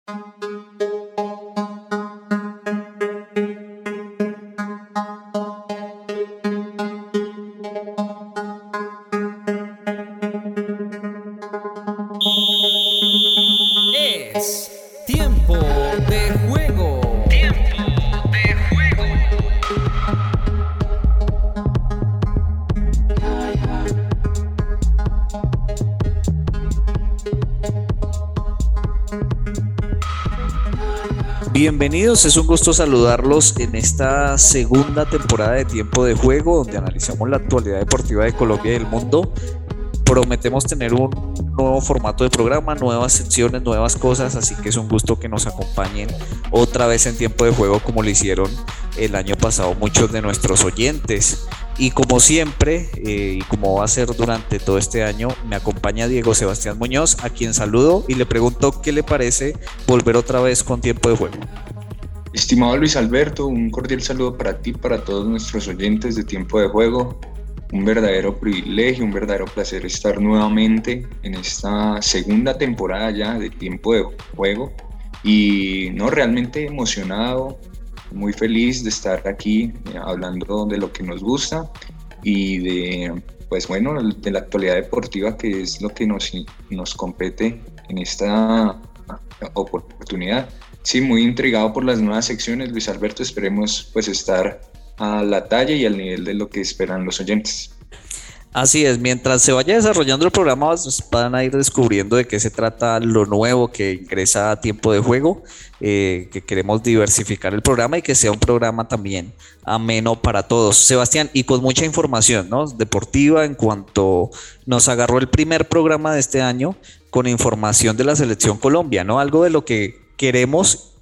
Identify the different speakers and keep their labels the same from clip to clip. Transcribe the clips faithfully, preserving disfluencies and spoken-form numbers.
Speaker 1: Es tiempo de juego. Tiempo de juego.
Speaker 2: Bienvenidos, es un gusto saludarlos en esta segunda temporada de Tiempo de Juego, donde analizamos la actualidad deportiva de Colombia y del mundo. Prometemos tener un nuevo formato de programa, nuevas secciones, nuevas cosas, así que es un gusto que nos acompañen otra vez en Tiempo de Juego como lo hicieron el año pasado muchos de nuestros oyentes. Y como siempre, eh, y como va a ser durante todo este año, me acompaña Diego Sebastián Muñoz, a quien saludo y le pregunto qué le parece volver otra vez con Tiempo de Juego.
Speaker 3: Estimado Luis Alberto, un cordial saludo para ti, para todos nuestros oyentes de Tiempo de Juego. Un verdadero privilegio, un verdadero placer estar nuevamente en esta segunda temporada ya de Tiempo de Juego. Y no, realmente emocionado, muy feliz de estar aquí eh, hablando de lo que nos gusta y de, pues bueno, de la actualidad deportiva, que es lo que nos, nos compete en esta oportunidad. Sí, muy intrigado por las nuevas secciones, Luis Alberto, esperemos pues estar a la talla y al nivel de lo que esperan los oyentes.
Speaker 2: Así es, mientras se vaya desarrollando el programa van a ir descubriendo de qué se trata lo nuevo que ingresa a Tiempo de Juego, eh, que queremos diversificar el programa y que sea un programa también ameno para todos. Sebastián, y con mucha información, ¿no?, deportiva, en cuanto nos agarró el primer programa de este año con información de la Selección Colombia, ¿no? Algo de lo que queremos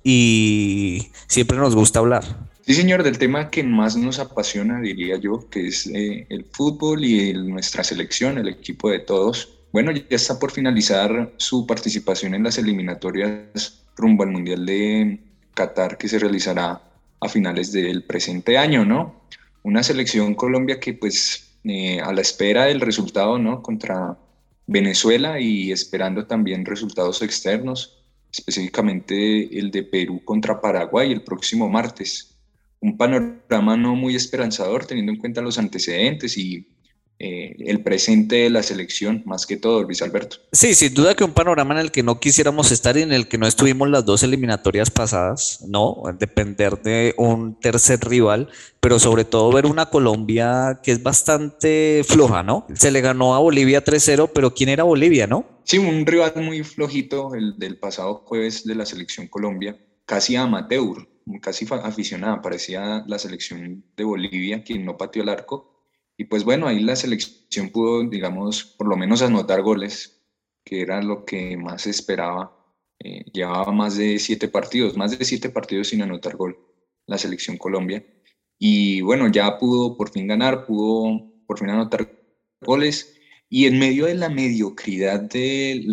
Speaker 2: y siempre nos gusta hablar.
Speaker 3: Sí, señor, del tema que más nos apasiona, diría yo, que es eh, el fútbol y el, nuestra selección, el equipo de todos. Bueno, ya está por finalizar su participación en las eliminatorias rumbo al Mundial de Qatar, que se realizará a finales del presente año, ¿no? Una selección Colombia que pues eh, a la espera del resultado, ¿no?, contra Venezuela y esperando también resultados externos, específicamente el de Perú contra Paraguay el próximo martes. Un panorama no muy esperanzador teniendo en cuenta los antecedentes y eh, el presente de la selección, más que todo, Luis Alberto.
Speaker 2: Sí, sin duda que un panorama en el que no quisiéramos estar y en el que no estuvimos las dos eliminatorias pasadas, ¿no? Depender de un tercer rival, pero sobre todo ver una Colombia que es bastante floja, ¿no? Se le ganó a Bolivia tres cero, pero ¿quién era Bolivia, no?
Speaker 3: Sí, un rival muy flojito, el del pasado jueves de la selección Colombia, casi amateur, casi aficionada, parecía la selección de Bolivia, quien no pateó el arco. Y pues bueno, ahí la selección pudo, digamos, por lo menos anotar goles, que era lo que más se esperaba. Eh, llevaba más de siete partidos, más de siete partidos sin anotar gol la selección Colombia. Y bueno, ya pudo por fin ganar, pudo por fin anotar goles. Y en medio de la mediocridad de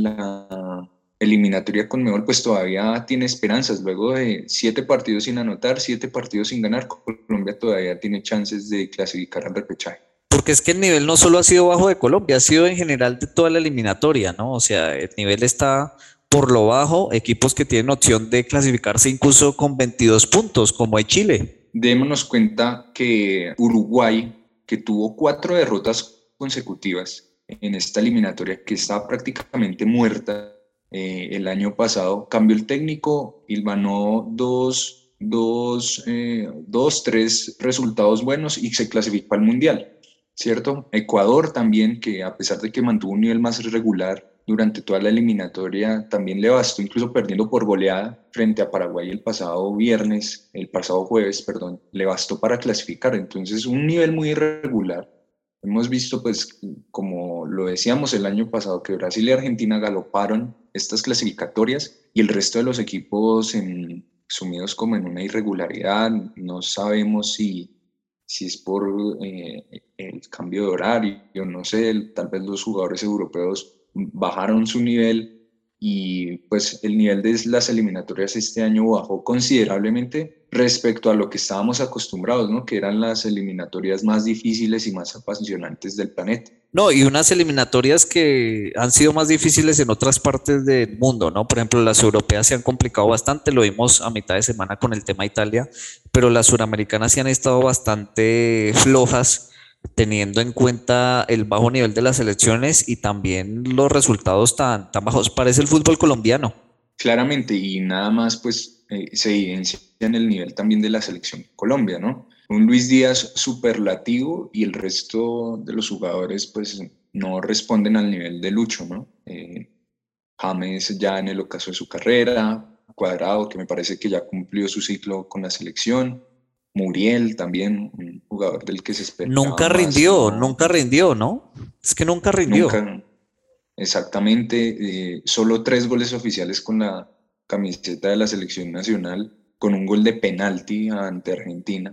Speaker 3: la eliminatoria Conmebol, pues todavía tiene esperanzas. Luego de siete partidos sin anotar, siete partidos sin ganar, Colombia todavía tiene chances de clasificar al repechaje.
Speaker 2: Porque es que el nivel no solo ha sido bajo de Colombia, ha sido en general de toda la eliminatoria, ¿no? O sea, el nivel está por lo bajo, equipos que tienen opción de clasificarse incluso con veintidós puntos, como es Chile.
Speaker 3: Démonos cuenta que Uruguay, que tuvo cuatro derrotas consecutivas en esta eliminatoria, que estaba prácticamente muerta eh, el año pasado, cambió el técnico y ganó dos, dos, eh, dos, tres resultados buenos y se clasificó al Mundial, ¿cierto? Ecuador también, que a pesar de que mantuvo un nivel más irregular durante toda la eliminatoria, también le bastó, incluso perdiendo por goleada frente a Paraguay el pasado viernes, el pasado jueves, perdón, le bastó para clasificar. Entonces, un nivel muy irregular. Hemos visto, pues, como lo decíamos el año pasado, que Brasil y Argentina galoparon estas clasificatorias y el resto de los equipos en, sumidos como en una irregularidad. No sabemos si, si es por eh, el cambio de horario, no sé, tal vez los jugadores europeos bajaron su nivel y pues el nivel de las eliminatorias este año bajó considerablemente respecto a lo que estábamos acostumbrados, ¿no? Que eran las eliminatorias más difíciles y más apasionantes del planeta.
Speaker 2: No, y unas eliminatorias que han sido más difíciles en otras partes del mundo, ¿no? Por ejemplo, las europeas se han complicado bastante, lo vimos a mitad de semana con el tema Italia, pero las suramericanas sí han estado bastante flojas, teniendo en cuenta el bajo nivel de las selecciones y también los resultados tan, tan bajos. Parece el fútbol colombiano.
Speaker 3: Claramente, y nada más pues eh, se evidencia en el nivel también de la selección Colombia, ¿no? Un Luis Díaz superlativo y el resto de los jugadores pues no responden al nivel de Lucho, ¿no? Eh, James ya en el ocaso de su carrera, Cuadrado, que me parece que ya cumplió su ciclo con la selección, Muriel también, un jugador del que se esperaba
Speaker 2: Nunca
Speaker 3: más,
Speaker 2: rindió,
Speaker 3: no,
Speaker 2: nunca rindió, ¿no? Es que nunca rindió.
Speaker 3: nunca, exactamente, eh, solo tres goles oficiales con la camiseta de la selección nacional, con un gol de penalti ante Argentina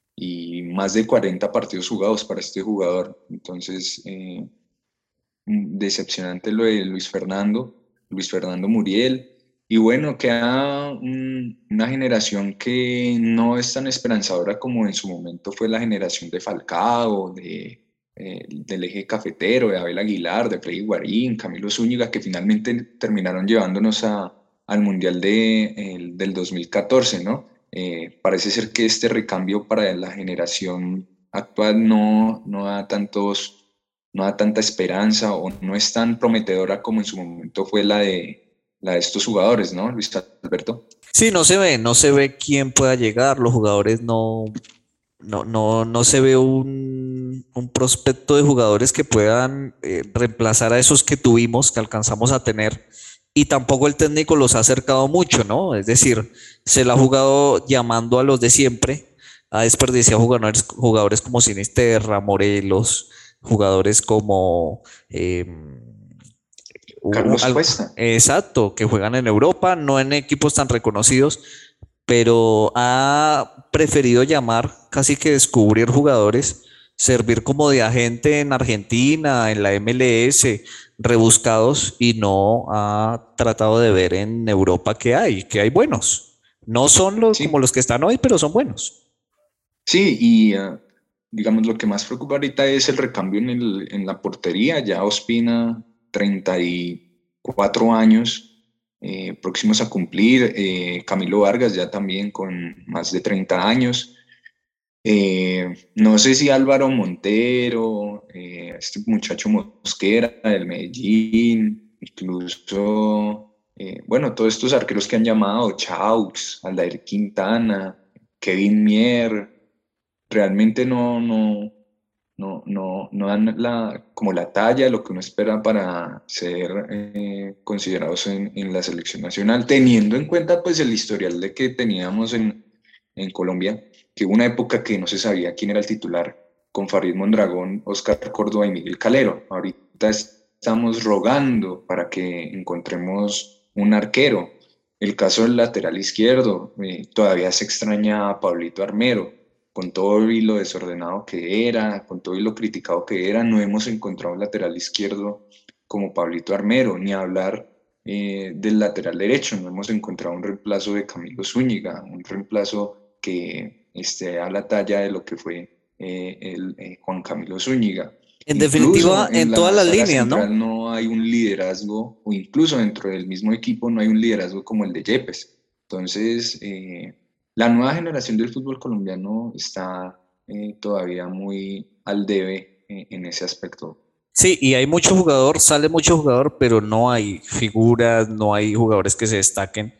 Speaker 3: y más de cuarenta partidos jugados para este jugador. Entonces, eh, decepcionante lo de Luis Fernando, Luis Fernando Muriel. Y bueno, queda un, una generación que no es tan esperanzadora como en su momento fue la generación de Falcao, de, eh, del eje cafetero, de Abel Aguilar, de Freddy Guarín, Camilo Zúñiga, que finalmente terminaron llevándonos a, al Mundial de, el, del dos mil catorce, ¿no? Eh, parece ser que este recambio para la generación actual no, no da tantos, no da tanta esperanza o no es tan prometedora como en su momento fue la de la de estos jugadores, ¿no, Luis Alberto?
Speaker 2: Sí, no se ve, no se ve quién pueda llegar, los jugadores no, no, no, no se ve un, un prospecto de jugadores que puedan eh, reemplazar a esos que tuvimos, que alcanzamos a tener, y tampoco el técnico los ha acercado mucho, ¿no? Es decir, se la ha jugado llamando a los de siempre, ha desperdiciado jugadores, jugadores como Sinisterra, Morelos, jugadores como... Eh,
Speaker 3: Carlos
Speaker 2: algo,
Speaker 3: Cuesta.
Speaker 2: exacto, que juegan en Europa, no en equipos tan reconocidos, pero ha preferido llamar, casi que descubrir jugadores, servir como de agente en Argentina, en la M L S, rebuscados, y no ha tratado de ver en Europa que hay, que hay buenos. No son los,
Speaker 3: Sí.
Speaker 2: como los que están hoy, pero son buenos.
Speaker 3: Sí, y uh, digamos lo que más preocupa ahorita es el recambio en, el, en la portería. Ya Ospina, treinta y cuatro años, eh, próximos a cumplir. Eh, Camilo Vargas ya también con más de treinta años. Eh, no sé si Álvaro Montero, eh, este muchacho Mosquera del Medellín, incluso, eh, bueno, todos estos arqueros que han llamado, Chaux, Aldair Quintana, Kevin Mier, realmente no, no, no, no, no dan la, como la talla de lo que uno espera para ser eh, considerados en, en la selección nacional, teniendo en cuenta pues el historial de que teníamos en, en Colombia, que hubo una época que no se sabía quién era el titular, con Farid Mondragón, Oscar Córdoba y Miguel Calero. Ahorita estamos rogando para que encontremos un arquero. El caso del lateral izquierdo, eh, todavía se extraña a Pablito Armero, con todo y lo desordenado que era, con todo y lo criticado que era, no hemos encontrado un lateral izquierdo como Pablito Armero, ni hablar eh, del lateral derecho, no hemos encontrado un reemplazo de Camilo Zúñiga, un reemplazo que esté a la talla de lo que fue eh, el, eh, Juan Camilo Zúñiga.
Speaker 2: En
Speaker 3: Incluso
Speaker 2: definitiva, en
Speaker 3: en
Speaker 2: todas
Speaker 3: la
Speaker 2: las
Speaker 3: saga
Speaker 2: líneas, ¿no?
Speaker 3: central no hay un liderazgo, o incluso dentro del mismo equipo no hay un liderazgo como el de Yepes. Entonces, eh, la nueva generación del fútbol colombiano está eh, todavía muy al debe eh, en ese aspecto.
Speaker 2: Sí, y hay mucho jugador, sale mucho jugador, pero no hay figuras, no hay jugadores que se destaquen.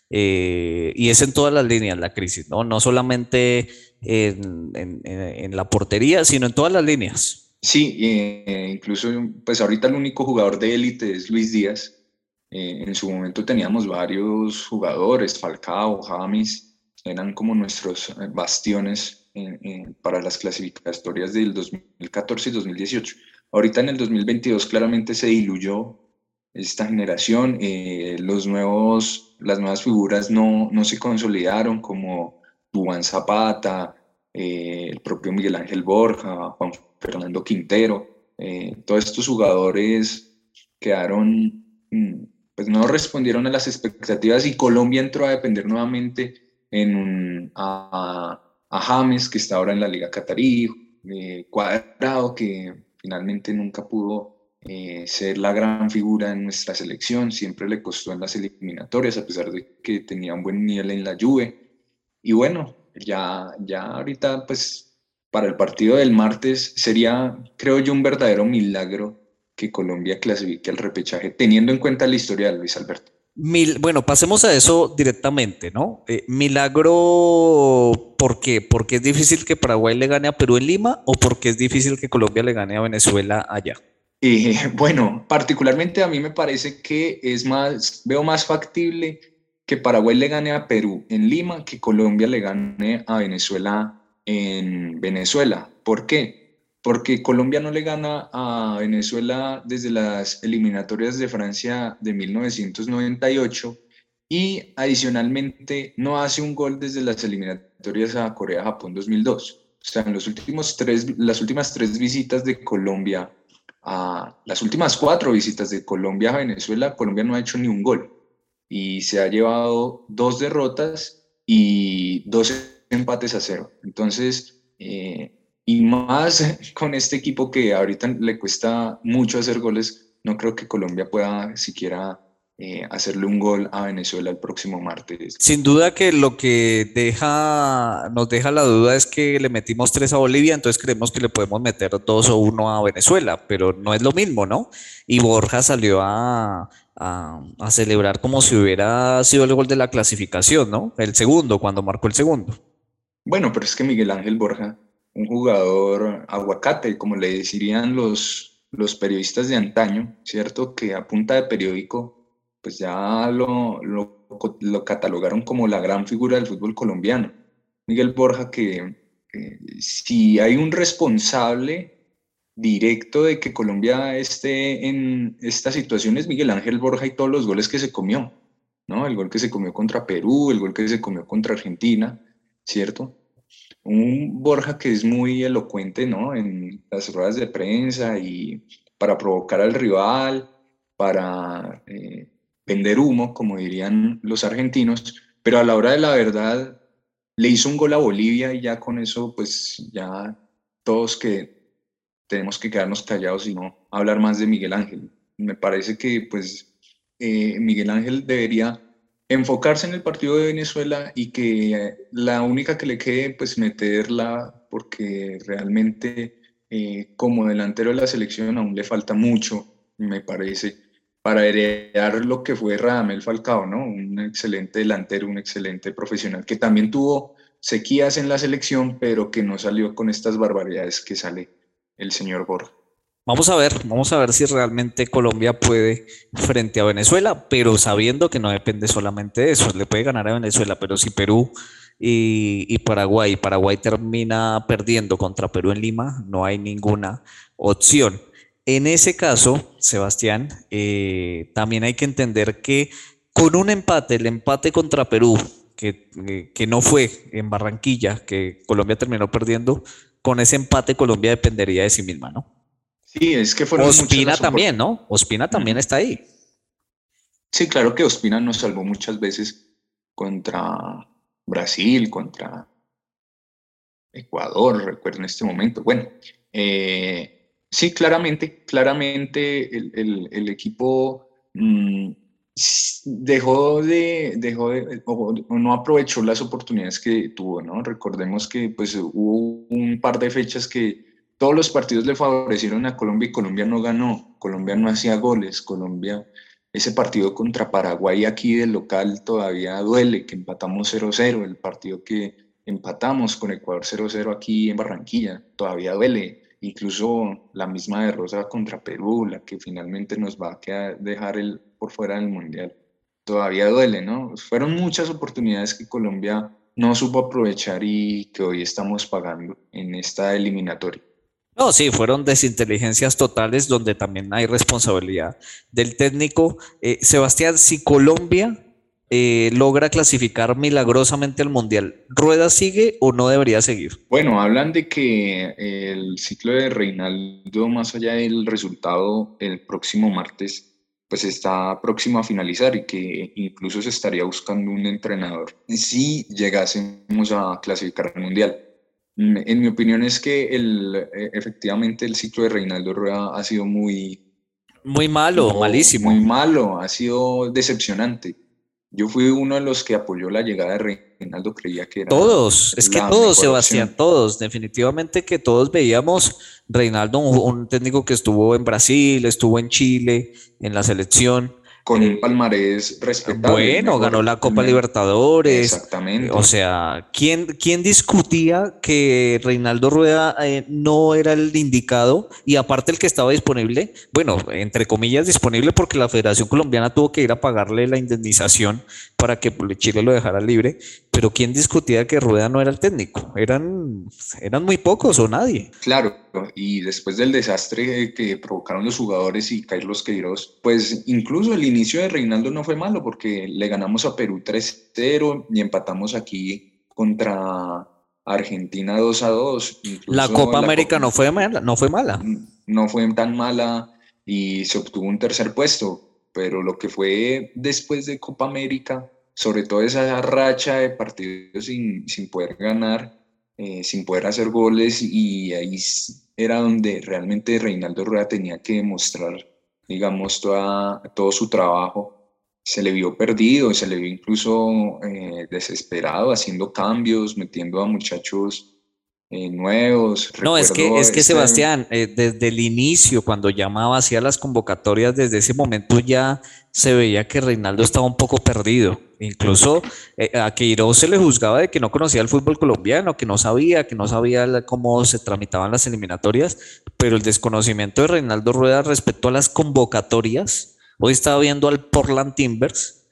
Speaker 2: Eh, y es en todas las líneas la crisis, ¿no? No solamente en, en- en- en la portería, sino en todas las líneas.
Speaker 3: Sí, eh, incluso pues ahorita el único jugador de élite es Luis Díaz. Eh, en su momento teníamos varios jugadores, Falcao, James, eran como nuestros eh, bastiones eh, eh, para las clasificatorias del dos mil catorce y dos mil dieciocho. Ahorita en el dos mil veintidós claramente se diluyó esta generación, eh, los nuevos, las nuevas figuras no, no se consolidaron como Duván Zapata, eh, el propio Miguel Ángel Borja, Juan Fernando Quintero, eh, todos estos jugadores quedaron mm, pues no respondieron a las expectativas y Colombia entró a depender nuevamente en un, a, a James, que está ahora en la Liga Catarí, eh, Cuadrado, que finalmente nunca pudo eh, ser la gran figura en nuestra selección, siempre le costó en las eliminatorias, a pesar de que tenía un buen nivel en la Juve. Y bueno, ya, ya ahorita, pues para el partido del martes sería, creo yo, un verdadero milagro que Colombia clasifique al repechaje, teniendo en cuenta la historia de Luis Alberto.
Speaker 2: Mil, bueno, pasemos a eso directamente, ¿no? Eh, milagro, ¿por qué? ¿Porque es difícil que Paraguay le gane a Perú en Lima o porque es difícil que Colombia le gane a Venezuela allá?
Speaker 3: Eh, bueno, particularmente a mí me parece que es más, veo más factible que Paraguay le gane a Perú en Lima que Colombia le gane a Venezuela en Venezuela. ¿Por qué? Porque Colombia no le gana a Venezuela desde las eliminatorias de Francia de mil novecientos noventa y ocho y adicionalmente no hace un gol desde las eliminatorias a Corea-Japón dos mil dos. O sea, en los últimos tres, las últimas tres visitas de Colombia, a las últimas cuatro visitas de Colombia a Venezuela, Colombia no ha hecho ni un gol y se ha llevado dos derrotas y dos empates a cero. Entonces, eh, y más con este equipo que ahorita le cuesta mucho hacer goles, no creo que Colombia pueda siquiera eh, hacerle un gol a Venezuela el próximo martes.
Speaker 2: Sin duda que lo que deja, nos deja la duda es que le metimos tres a Bolivia, entonces creemos que le podemos meter dos o uno a Venezuela, pero no es lo mismo, ¿no? Y Borja salió a, a, a celebrar como si hubiera sido el gol de la clasificación, ¿no? El segundo, cuando marcó el segundo.
Speaker 3: Bueno, pero es que Miguel Ángel Borja, un jugador aguacate, como le dirían los, los periodistas de antaño, ¿cierto? Que a punta de periódico, pues ya lo, lo, lo catalogaron como la gran figura del fútbol colombiano. Miguel Borja, que eh, si hay un responsable directo de que Colombia esté en esta situación es Miguel Ángel Borja y todos los goles que se comió, ¿no? El gol que se comió contra Perú, el gol que se comió contra Argentina, ¿cierto? Un Borja que es muy elocuente, ¿no? En las ruedas de prensa y para provocar al rival, para eh, vender humo, como dirían los argentinos, pero a la hora de la verdad le hizo un gol a Bolivia y ya con eso, pues ya todos que tenemos que quedarnos callados y no hablar más de Miguel Ángel. Me parece que pues eh, Miguel Ángel debería enfocarse en el partido de Venezuela y que eh, la única que le quede pues meterla porque realmente eh, como delantero de la selección aún le falta mucho, me parece, para heredar lo que fue Radamel Falcao, ¿no? Un excelente delantero, un excelente profesional que también tuvo sequías en la selección, pero que no salió con estas barbaridades que sale el señor Borja.
Speaker 2: Vamos a ver, vamos a ver si realmente Colombia puede frente a Venezuela, pero sabiendo que no depende solamente de eso, le puede ganar a Venezuela, pero si Perú y, y Paraguay, Paraguay termina perdiendo contra Perú en Lima, no hay ninguna opción. En ese caso, Sebastián, eh, también hay que entender que con un empate, el empate contra Perú, que, eh, que no fue en Barranquilla, que Colombia terminó perdiendo, con ese empate Colombia dependería de sí misma, ¿no?
Speaker 3: Sí, es que fueron muchas
Speaker 2: Ospina
Speaker 3: las
Speaker 2: también, ¿no? Ospina también
Speaker 3: uh-huh.
Speaker 2: está ahí.
Speaker 3: Sí, claro que Ospina nos salvó muchas veces contra Brasil, contra Ecuador, recuerdo en este momento. Bueno, eh, sí, claramente, claramente el, el, el equipo mmm, dejó de, dejó de o, o no aprovechó las oportunidades que tuvo, ¿no? Recordemos que pues hubo un par de fechas que todos los partidos le favorecieron a Colombia y Colombia no ganó, Colombia no hacía goles, Colombia, ese partido contra Paraguay aquí del local todavía duele, que empatamos cero cero, el partido que empatamos con Ecuador cero cero aquí en Barranquilla, todavía duele, incluso la misma derrota contra Perú, la que finalmente nos va a quedar, dejar el, por fuera del Mundial, todavía duele, ¿no? Fueron muchas oportunidades que Colombia no supo aprovechar y que hoy estamos pagando en esta eliminatoria.
Speaker 2: No, sí, fueron desinteligencias totales donde también hay responsabilidad del técnico. Eh, Sebastián, si Colombia eh, logra clasificar milagrosamente al Mundial, ¿Rueda sigue o no debería seguir?
Speaker 3: Bueno, hablan de que el ciclo de Reinaldo, más allá del resultado el próximo martes, pues está próximo a finalizar y que incluso se estaría buscando un entrenador si llegásemos a clasificar al Mundial. En mi opinión es que el, efectivamente el ciclo de Reinaldo Rueda ha sido muy,
Speaker 2: muy malo,
Speaker 3: no,
Speaker 2: malísimo.
Speaker 3: Muy malo, ha sido decepcionante. Yo fui uno de los que apoyó la llegada de Reinaldo, creía que era
Speaker 2: Todos, es que todos, Sebastián,
Speaker 3: opción.
Speaker 2: todos, definitivamente que todos veíamos Reinaldo, un, un técnico que estuvo en Brasil, estuvo en Chile, en la selección.
Speaker 3: Con
Speaker 2: eh,
Speaker 3: un palmarés respetable.
Speaker 2: Bueno,
Speaker 3: mejor,
Speaker 2: ganó la Copa
Speaker 3: me,
Speaker 2: Libertadores.
Speaker 3: Exactamente.
Speaker 2: O sea, ¿quién, quién discutía que Reinaldo Rueda eh, no era el indicado? Y aparte el que estaba disponible, bueno, entre comillas disponible porque la Federación Colombiana tuvo que ir a pagarle la indemnización para que Chile lo dejara libre. Pero ¿quién discutía que Rueda no era el técnico? Eran, eran muy pocos o nadie.
Speaker 3: Claro, y después del desastre que provocaron los jugadores y Carlos Queiroz, pues incluso el inicio de Reinaldo no fue malo porque le ganamos a Perú tres cero y empatamos aquí contra Argentina dos a dos. Incluso
Speaker 2: la Copa
Speaker 3: la
Speaker 2: América
Speaker 3: Copa
Speaker 2: no fue mala, no fue mala.
Speaker 3: No fue tan mala y se obtuvo un tercer puesto, pero lo que fue después de Copa América, sobre todo esa racha de partidos sin, sin poder ganar, eh, sin poder hacer goles, y ahí era donde realmente Reinaldo Rueda tenía que demostrar, digamos, toda, todo su trabajo. Se le vio perdido, se le vio incluso eh, desesperado, haciendo cambios, metiendo a muchachos eh, nuevos.
Speaker 2: No, es que,
Speaker 3: Recuerdo
Speaker 2: es que
Speaker 3: este...
Speaker 2: Sebastián, eh, desde el inicio, cuando llamaba hacia las convocatorias, desde ese momento ya se veía que Reinaldo estaba un poco perdido. Incluso eh, a Queiroz se le juzgaba de que no conocía el fútbol colombiano, que no sabía, que no sabía la, cómo se tramitaban las eliminatorias, pero el desconocimiento de Reinaldo Rueda respecto a las convocatorias. Hoy estaba viendo al Portland Timbers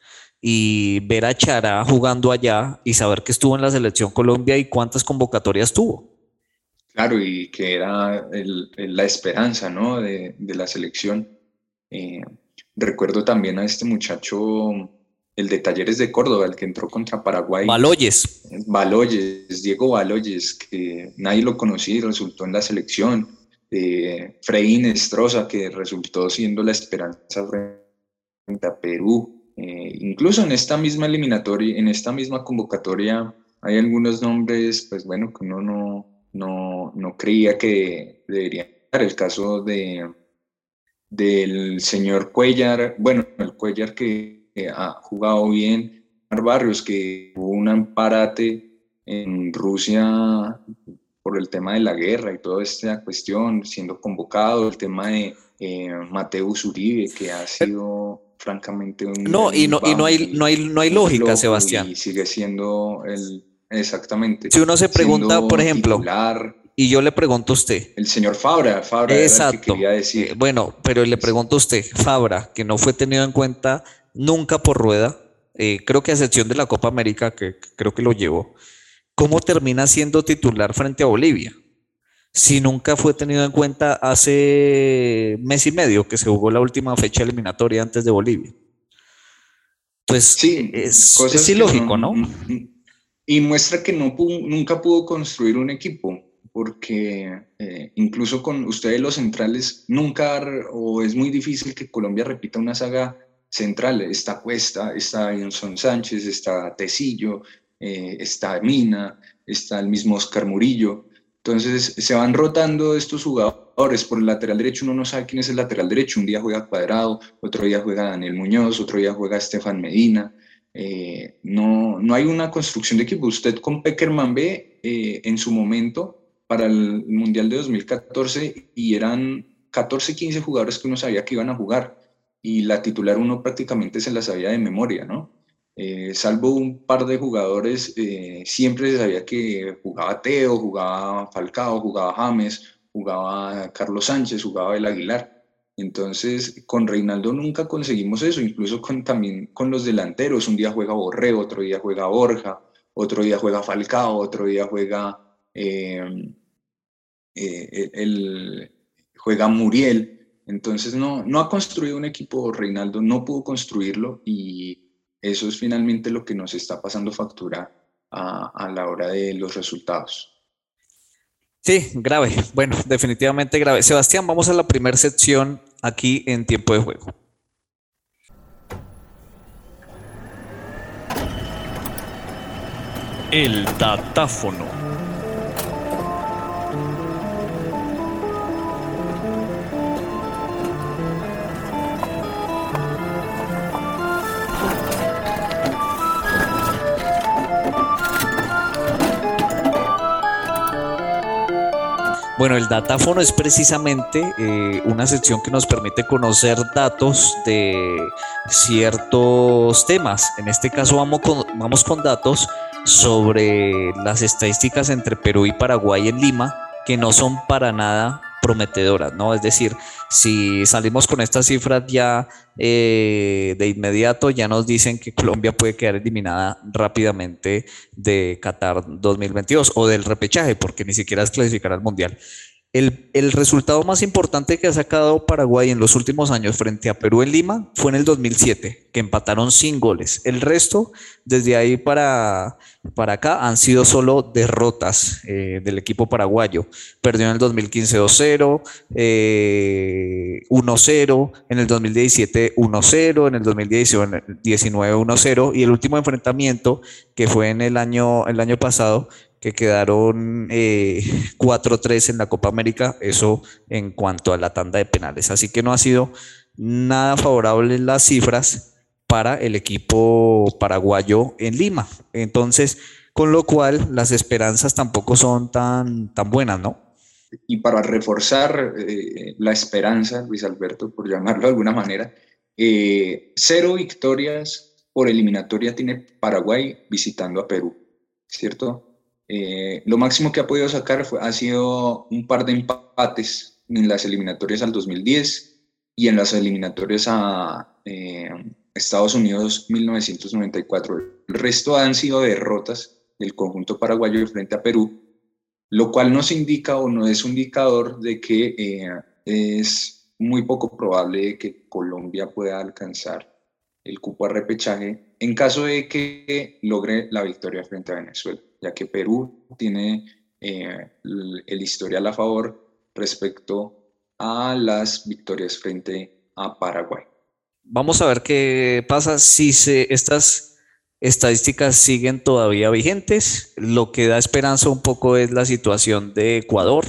Speaker 2: y ver a Chará jugando allá y saber que estuvo en la selección Colombia y cuántas convocatorias tuvo.
Speaker 3: Claro, y que era el, el, la esperanza, ¿no?, de, de la selección. Eh, recuerdo también a este muchacho, el de Talleres de Córdoba, el que entró contra Paraguay.
Speaker 2: Baloyes.
Speaker 3: Baloyes, Diego Baloyes, que nadie lo conocía y resultó en la selección. Eh, Frei Nestroza, que resultó siendo la esperanza frente a Perú. Eh, incluso en esta misma eliminatoria, en esta misma convocatoria, hay algunos nombres, pues bueno, que uno no, no, no creía que deberían estar. El caso de, del señor Cuellar, bueno, el Cuellar que eh, ha jugado bien, Barrios, que hubo un amparate en Rusia por el tema de la guerra y toda esta cuestión, siendo convocado, el tema de eh, Mateus Uribe, que ha sido francamente un
Speaker 2: no y no y no hay no hay no hay lógica, Sebastián,
Speaker 3: y sigue siendo el exactamente.
Speaker 2: Si uno se pregunta, por ejemplo,
Speaker 3: titular,
Speaker 2: y yo le pregunto a usted,
Speaker 3: el señor Fabra, Fabra
Speaker 2: exacto,
Speaker 3: era el que quería decir.
Speaker 2: Eh, bueno, pero le pregunto a usted, Fabra, que no fue tenido en cuenta nunca por Rueda, eh, creo que a excepción de la Copa América, que, que creo que lo llevó, ¿cómo termina siendo titular frente a Bolivia? Si nunca fue tenido en cuenta hace mes y medio que se jugó la última fecha eliminatoria antes de Bolivia. Pues
Speaker 3: sí,
Speaker 2: es, es ilógico, ¿no? ¿no?
Speaker 3: Y muestra que no pudo, nunca pudo construir un equipo, porque eh, incluso con ustedes los centrales, nunca, o es muy difícil que Colombia repita una saga central. Está Cuesta, está Johnson Sánchez, está Tecillo, eh, está Mina, está el mismo Oscar Murillo. Entonces se van rotando estos jugadores. Por el lateral derecho uno no sabe quién es el lateral derecho. Un día juega Cuadrado, otro día juega Daniel Muñoz, otro día juega Estefan Medina. Eh, no, no hay una construcción de equipo. Usted con Pekerman ve eh, en su momento para el Mundial de dos mil catorce y eran catorce, quince jugadores que uno sabía que iban a jugar y la titular uno prácticamente se la sabía de memoria, ¿no? Eh, salvo un par de jugadores, eh, siempre se sabía que jugaba Teo, jugaba Falcao, jugaba James, jugaba Carlos Sánchez, jugaba El Aguilar. Entonces, con Reinaldo nunca conseguimos eso, incluso con, también con los delanteros. Un día juega Borré, otro día juega Borja, otro día juega Falcao, otro día juega, eh, eh, el, juega Muriel. Entonces, no, no ha construido un equipo Reinaldo, no pudo construirlo y eso es finalmente lo que nos está pasando factura a, a la hora de los resultados.
Speaker 2: Sí, grave. Bueno, definitivamente grave. Sebastián, vamos a la primera sección aquí en Tiempo de Juego.
Speaker 1: El datáfono.
Speaker 2: Bueno, el datáfono es precisamente eh, una sección que nos permite conocer datos de ciertos temas. En este caso vamos con, vamos con datos sobre las estadísticas entre Perú y Paraguay en Lima, que no son para nada prometedoras, ¿no? Es decir, si salimos con estas cifras ya eh, de inmediato, ya nos dicen que Colombia puede quedar eliminada rápidamente de Qatar dos mil veintidós o del repechaje, porque ni siquiera es clasificar al Mundial. El, el resultado más importante que ha sacado Paraguay en los últimos años frente a Perú en Lima fue en el dos mil siete, que empataron sin goles. El resto, desde ahí para, para acá, han sido solo derrotas eh, del equipo paraguayo. Perdió en el dos mil quince dos cero, eh, uno cero, en el dos mil diecisiete uno cero, en el dos mil diecinueve uno cero, y el último enfrentamiento, que fue en el año, el año pasado, que quedaron eh, cuatro tres en la Copa América, eso en cuanto a la tanda de penales. Así que no ha sido nada favorable las cifras para el equipo paraguayo en Lima. Entonces, con lo cual las esperanzas tampoco son tan, tan buenas, ¿no?
Speaker 3: Y para reforzar eh, la esperanza, Luis Alberto, por llamarlo de alguna manera, eh, cero victorias por eliminatoria tiene Paraguay visitando a Perú, ¿cierto? Eh, lo máximo que ha podido sacar fue, ha sido un par de empates en las eliminatorias al dos mil diez y en las eliminatorias a eh, Estados Unidos mil novecientos noventa y cuatro. El resto han sido derrotas del conjunto paraguayo frente a Perú, lo cual nos indica o no es un indicador de que eh, es muy poco probable que Colombia pueda alcanzar el cupo a repechaje en caso de que logre la victoria frente a Venezuela, ya que Perú tiene eh, el, el historial a favor respecto a las victorias frente a Paraguay.
Speaker 2: Vamos a ver qué pasa si se, estas estadísticas siguen todavía vigentes. Lo que da esperanza un poco es la situación de Ecuador.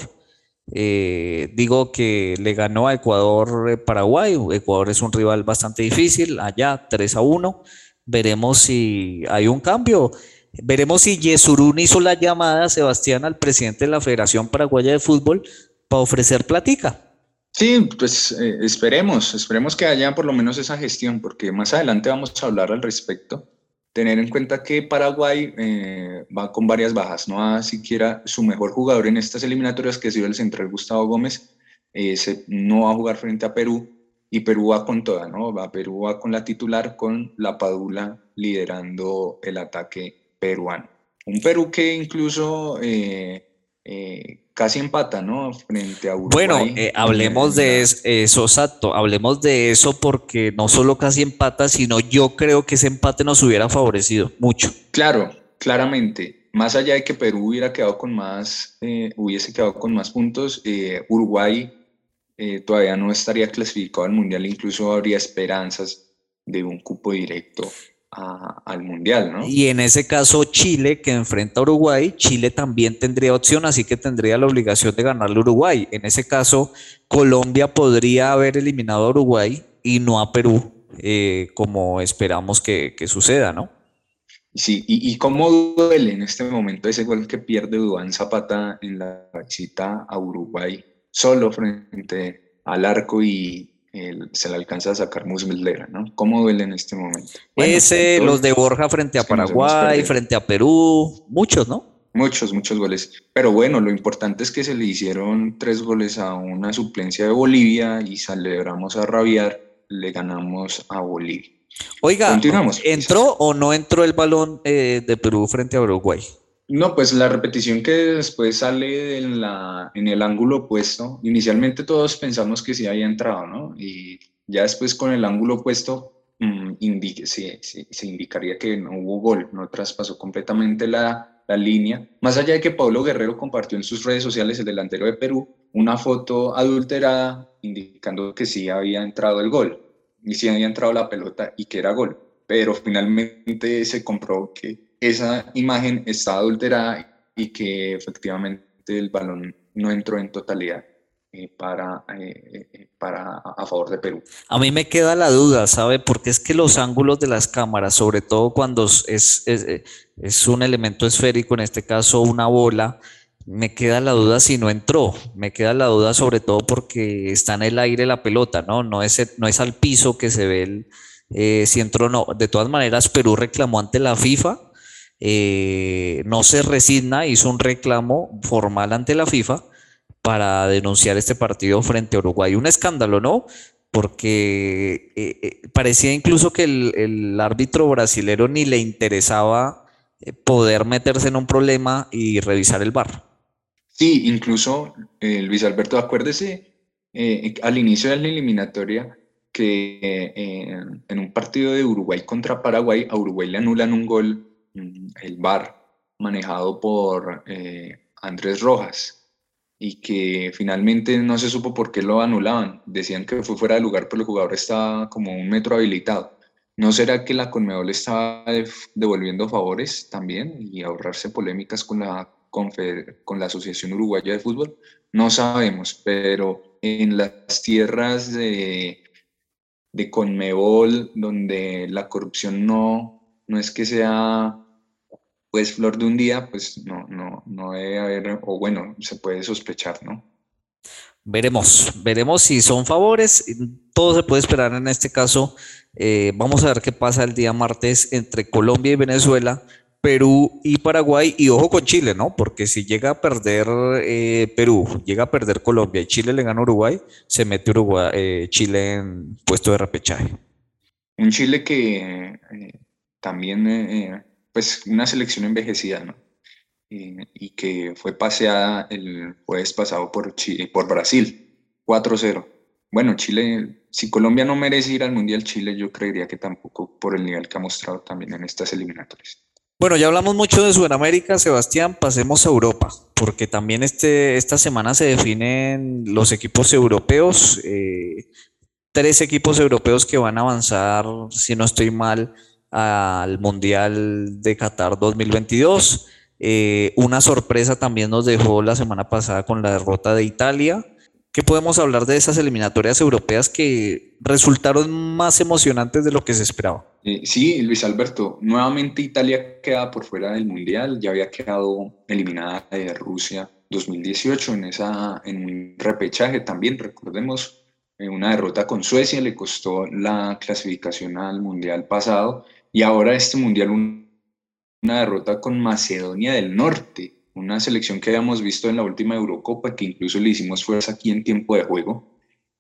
Speaker 2: Eh, digo que le ganó a Ecuador eh, Paraguay. Ecuador es un rival bastante difícil, allá tres a uno. Veremos si hay un cambio. Veremos si Yesurún hizo la llamada, Sebastián, al presidente de la Federación Paraguaya de Fútbol para ofrecer platica.
Speaker 3: Sí, pues eh, esperemos, esperemos que haya por lo menos esa gestión, porque más adelante vamos a hablar al respecto. Tener en cuenta que Paraguay eh, va con varias bajas, no ha siquiera su mejor jugador en estas eliminatorias, que ha sido el central Gustavo Gómez, eh, se, no va a jugar frente a Perú, y Perú va con toda, ¿no? Va, Perú va con la titular, con la Padula liderando el ataque peruano. Un Perú que incluso eh, eh, casi empata, ¿no? Frente a Uruguay.
Speaker 2: Bueno, eh, hablemos de eso, eso, exacto, hablemos de eso porque no solo casi empata, sino yo creo que ese empate nos hubiera favorecido mucho.
Speaker 3: Claro, claramente. Más allá de que Perú hubiera quedado con más, eh, hubiese quedado con más puntos, eh, Uruguay eh, todavía no estaría clasificado al Mundial, incluso habría esperanzas de un cupo directo A, al Mundial, ¿no?
Speaker 2: Y en ese caso Chile, que enfrenta a Uruguay, Chile también tendría opción, así que tendría la obligación de ganarle a Uruguay. En ese caso, Colombia podría haber eliminado a Uruguay y no a Perú, eh, como esperamos que, que suceda, ¿no?
Speaker 3: Sí, y, y cómo duele en este momento ese gol que pierde Duván Zapata en la visita a Uruguay, solo frente al arco y El, se le alcanza a sacar Muslera, ¿no? ¿Cómo duele en este momento?
Speaker 2: Bueno, Ese, los de Borja frente a Paraguay, frente a Perú, muchos, ¿no?
Speaker 3: Muchos, muchos goles. Pero bueno, lo importante es que se le hicieron tres goles a una suplencia de Bolivia y celebramos a rabiar, le ganamos a Bolivia.
Speaker 2: Oiga, ¿entró quizás. o no entró el balón eh, de Perú frente a Uruguay?
Speaker 3: No, pues la repetición que después sale en, la, en el ángulo opuesto, inicialmente todos pensamos que sí había entrado, ¿no? Y ya después con el ángulo opuesto mmm, indique, sí, sí, se indicaría que no hubo gol, no traspasó completamente la, la línea. Más allá de que Pablo Guerrero compartió en sus redes sociales, el delantero de Perú, una foto adulterada indicando que sí había entrado el gol, y sí había entrado la pelota y que era gol, pero finalmente se comprobó que esa imagen está adulterada y que efectivamente el balón no entró en totalidad eh, para, eh, eh, para a favor de Perú.
Speaker 2: A mí me queda la duda, ¿sabe? Porque es que los ángulos de las cámaras, sobre todo cuando es, es, es- es un elemento esférico, en este caso una bola, me queda la duda si no entró. Me queda la duda sobre todo porque está en el aire la pelota, ¿no? No es, no es al piso que se ve el, eh, si entró o no. De todas maneras, Perú reclamó ante la FIFA, eh, no se resigna, hizo un reclamo formal ante la FIFA para denunciar este partido frente a Uruguay. Un escándalo, ¿no? Porque eh, eh, parecía incluso que el, el árbitro brasilero ni le interesaba eh, poder meterse en un problema y revisar el V A R.
Speaker 3: Sí, incluso eh, Luis Alberto, acuérdese eh, al inicio de la eliminatoria que eh, en un partido de Uruguay contra Paraguay, a Uruguay le anulan un gol, mm, el V A R, manejado por eh, Andrés Rojas, y que finalmente no se supo por qué lo anulaban. Decían que fue fuera de lugar, pero el jugador estaba como un metro habilitado. ¿No será que la Conmebol estaba def- devolviendo favores también y ahorrarse polémicas con la, Confe- con la Asociación Uruguaya de Fútbol? No sabemos, pero en las tierras de, de Conmebol, donde la corrupción no, no es que sea pues flor de un día, pues no, no, no debe haber, o bueno, se puede sospechar, ¿no?
Speaker 2: Veremos, veremos si son favores. Todo se puede esperar en este caso. Eh, vamos a ver qué pasa el día martes entre Colombia y Venezuela, Perú y Paraguay. Y ojo con Chile, ¿no? Porque si llega a perder eh, Perú, llega a perder Colombia y Chile le gana a Uruguay, se mete Uruguay, eh, Chile en puesto de repechaje.
Speaker 3: Un Chile que eh, también, eh, pues una selección envejecida, ¿no? Eh, y que fue paseada el jueves pasado por, Chi- por Brasil, cuatro cero. Bueno, Chile, si Colombia no merece ir al Mundial, Chile yo creería que tampoco por el nivel que ha mostrado también en estas eliminatorias.
Speaker 2: Bueno, ya hablamos mucho de Sudamérica, Sebastián, pasemos a Europa, porque también este, esta semana se definen los equipos europeos. Eh, tres equipos europeos que van a avanzar, si no estoy mal, al Mundial de Qatar dos mil veintidós. Eh, una sorpresa también nos dejó la semana pasada con la derrota de Italia. ¿Qué podemos hablar de esas eliminatorias europeas que resultaron más emocionantes de lo que se esperaba?
Speaker 3: Eh, sí, Luis Alberto, nuevamente Italia queda por fuera del Mundial, ya había quedado eliminada de Rusia dos mil dieciocho en, esa, en un repechaje también, recordemos, eh, una derrota con Suecia le costó la clasificación al Mundial pasado y ahora este Mundial un- una derrota con Macedonia del Norte, una selección que habíamos visto en la última Eurocopa, que incluso le hicimos fuerza aquí en tiempo de juego.